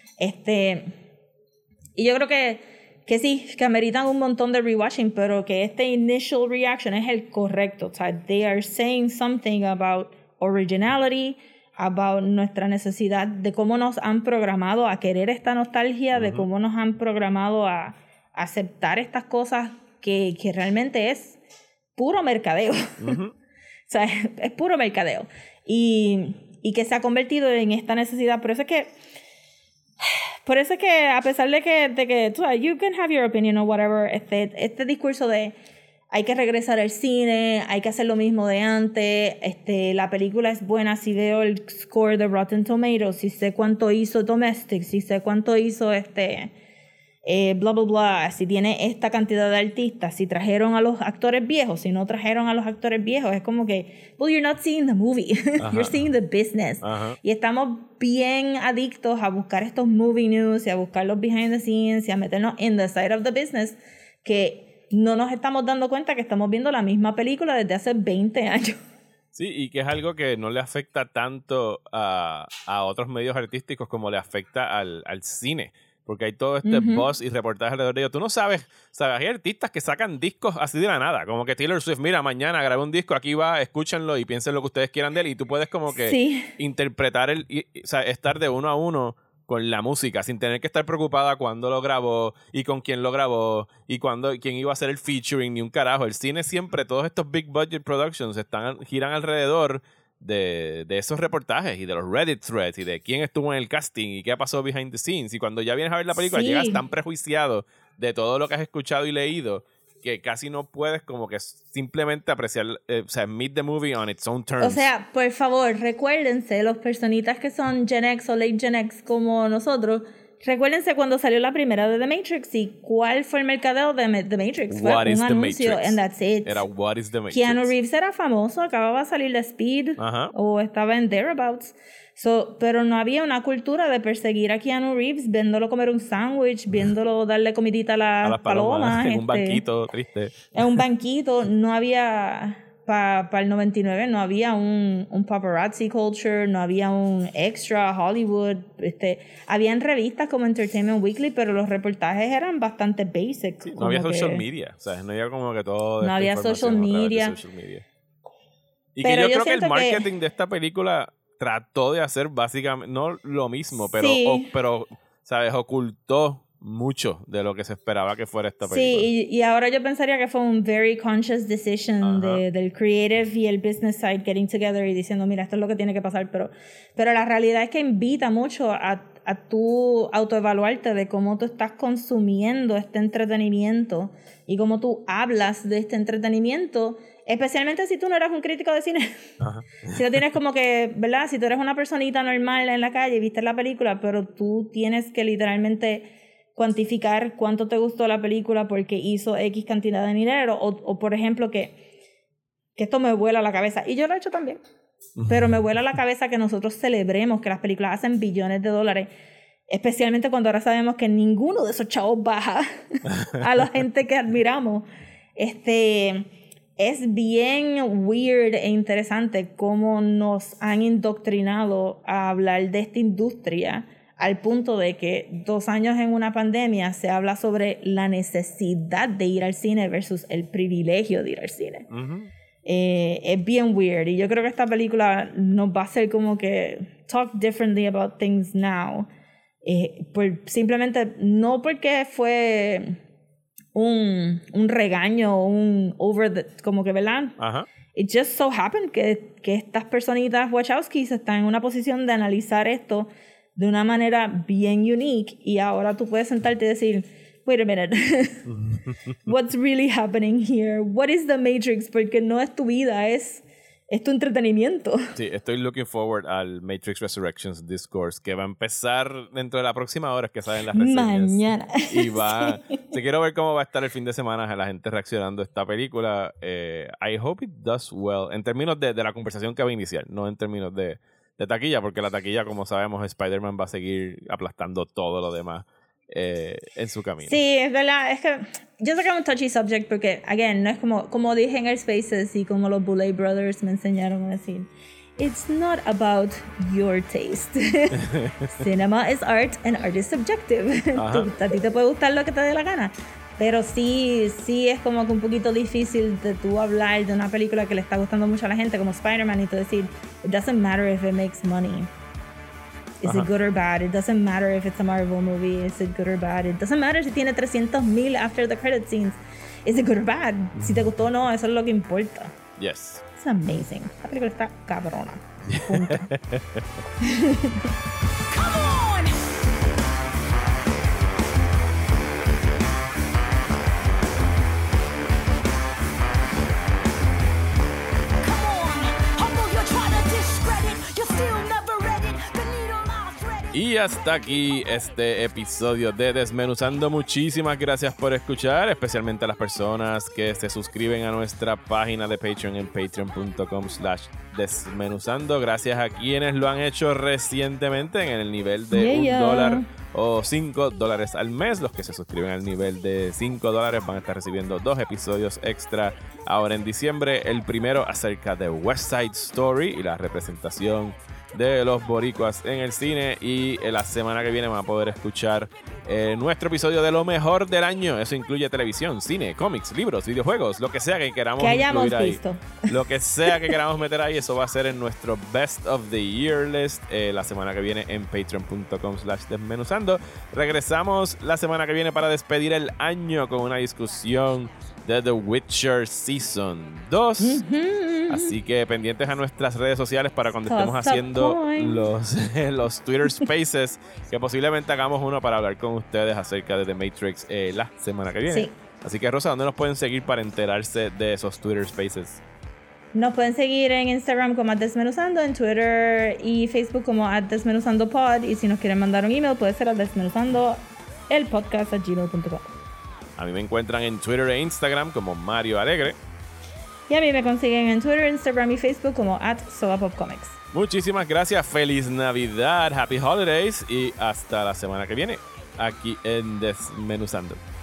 Y yo creo que sí, que ameritan un montón de rewatching, pero que este initial reaction es el correcto. O sea, they are saying something about originality, about nuestra necesidad, de cómo nos han programado a querer esta nostalgia, de cómo nos han programado a aceptar estas cosas que realmente es puro mercadeo. O sea, es puro mercadeo. Y que se ha convertido en esta necesidad. Por eso es que a pesar de que tú sabes, you can have your opinion or whatever, este discurso de hay que regresar al cine, hay que hacer lo mismo de antes, la película es buena si veo el score de Rotten Tomatoes, si sé cuánto hizo Domestic, si sé cuánto hizo bla bla bla, si tiene esta cantidad de artistas, si trajeron a los actores viejos, si no trajeron a los actores viejos, es como que, well, you're not seeing the movie, you're seeing the business. Y estamos bien adictos a buscar estos movie news y a buscar los behind the scenes y a meternos in the side of the business, que no nos estamos dando cuenta que estamos viendo la misma película desde hace 20 años. Sí, y que es algo que no le afecta tanto a otros medios artísticos como le afecta al cine. Porque hay todo este buzz y reportaje alrededor de ello. Tú no sabes, hay artistas que sacan discos así de la nada. Como que Taylor Swift, mira, mañana grabé un disco, aquí va, escúchenlo y piensen lo que ustedes quieran de él. Y tú puedes como que interpretar o sea, estar de uno a uno con la música, sin tener que estar preocupada cuándo lo grabó y con quién lo grabó y quién iba a hacer el featuring, ni un carajo. El cine siempre, todos estos big budget productions giran alrededor de esos reportajes y de los Reddit threads y de quién estuvo en el casting y qué pasó behind the scenes. Y cuando ya vienes a ver la película, llegas tan prejuiciado de todo lo que has escuchado y leído que casi no puedes como que simplemente apreciar, o sea, meet the movie on its own terms. O sea, por favor, recuérdense, los personitas que son Gen X o Late Gen X como nosotros, recuérdense cuando salió la primera de The Matrix y cuál fue el mercadeo de The Matrix. Fue What un is the anuncio, Matrix? and that's it. Era What is the Matrix? Keanu Reeves era famoso, acababa de salir de Speed o estaba en Thereabouts. Pero no había una cultura de perseguir a Keanu Reeves, viéndolo comer un sándwich, viéndolo darle comidita a las palomas. En un banquito triste. En un banquito. No había, para el 99, no había un paparazzi culture, no había un extra Hollywood. Habían revistas como Entertainment Weekly, pero los reportajes eran bastante basic. Sí, no había social media. O sea, no había como que todo. No había social media. Y pero que yo creo que el siento marketing de esta película trató de hacer básicamente, no lo mismo, pero, Sí. pero ¿sabes? Ocultó mucho de lo que se esperaba que fuera esta película. Sí, y ahora yo pensaría que fue un very conscious decision del creative y el business side getting together y diciendo, mira, esto es lo que tiene que pasar, pero la realidad es que invita mucho a tú autoevaluarte de cómo tú estás consumiendo este entretenimiento y cómo tú hablas de este entretenimiento, especialmente si tú no eres un crítico de cine. Si no tienes como que, ¿verdad? Si tú eres una personita normal en la calle y viste la película, pero tú tienes que literalmente cuantificar cuánto te gustó la película porque hizo X cantidad de dinero o por ejemplo que esto me vuela la cabeza y yo lo he hecho también, pero me vuela la cabeza que nosotros celebremos que las películas hacen billones de dólares, especialmente cuando ahora sabemos que ninguno de esos chavos baja a la gente que admiramos. Es bien weird e interesante cómo nos han indoctrinado a hablar de esta industria al punto de que 2 años en una pandemia se habla sobre la necesidad de ir al cine versus el privilegio de ir al cine. Es bien weird y yo creo que esta película nos va a hacer como que talk differently about things now. Simplemente no porque fue un regaño, un como que, ¿verdad? It just so happened que estas personitas Wachowskis están en una posición de analizar esto de una manera bien unique y ahora tú puedes sentarte y decir, wait a minute, what's really happening here? What is the Matrix? Porque no es tu vida, es tu entretenimiento. Sí, estoy looking forward al Matrix Resurrections Discourse que va a empezar dentro de la próxima hora que salen las reseñas. Mañana. Y te quiero ver cómo va a estar el fin de semana a la gente reaccionando a esta película. I hope it does well en términos de la conversación que va a iniciar, no en términos de taquilla, porque la taquilla, como sabemos, Spider-Man va a seguir aplastando todo lo demás en su camino. Sí, es verdad, es que yo sé que es un touchy subject porque, again, no es como dije en el Spaces y como los Boulet Brothers me enseñaron a decir, it's not about your taste. Cinema is art and art is subjective. A ti te puede gustar lo que te dé la gana. Pero sí es como que un poquito difícil de tú hablar de una película que le está gustando mucho a la gente como Spider-Man y tú decir, it doesn't matter if it makes money. Is it good or bad? It doesn't matter if it's a Marvel movie. Is it good or bad? It doesn't matter si tiene 300,000 after the credit scenes. Is it good or bad? Si te gustó o no, eso es lo que importa. Yes. It's amazing. La película está cabrona. Punto. Y hasta aquí este episodio de Desmenuzando. Muchísimas gracias por escuchar, especialmente a las personas que se suscriben a nuestra página de Patreon en patreon.com/desmenuzando. Gracias a quienes lo han hecho recientemente en el nivel de $1 o $5 al mes. Los que se suscriben al nivel de $5 van a estar recibiendo 2 episodios extra ahora en diciembre. El primero acerca de West Side Story y la representación de los boricuas en el cine, y la semana que viene van a poder escuchar nuestro episodio de lo mejor del año. Eso incluye televisión, cine, cómics, libros, videojuegos, lo que sea que queramos incluir ahí. Lo que sea que queramos meter ahí, eso va a ser en nuestro Best of the Year list la semana que viene en patreon.com/desmenuzando. Regresamos la semana que viene para despedir el año con una discusión de The Witcher Season 2. Así que pendientes a nuestras redes sociales para cuando estemos haciendo los Twitter Spaces, que posiblemente hagamos uno para hablar con ustedes acerca de The Matrix la semana que viene. Sí. Así que, Rosa, ¿dónde nos pueden seguir para enterarse de esos Twitter Spaces? Nos pueden seguir en Instagram como @desmenuzando, en Twitter y Facebook como @desmenuzandopod, y si nos quieren mandar un email puede ser a desmenuzandoelpodcast@gmail.com. A mí me encuentran en Twitter e Instagram como Mario Alegre. Y a mí me consiguen en Twitter, Instagram y Facebook como @sodapopcomics. Muchísimas gracias, feliz Navidad, Happy Holidays y hasta la semana que viene aquí en Desmenuzando.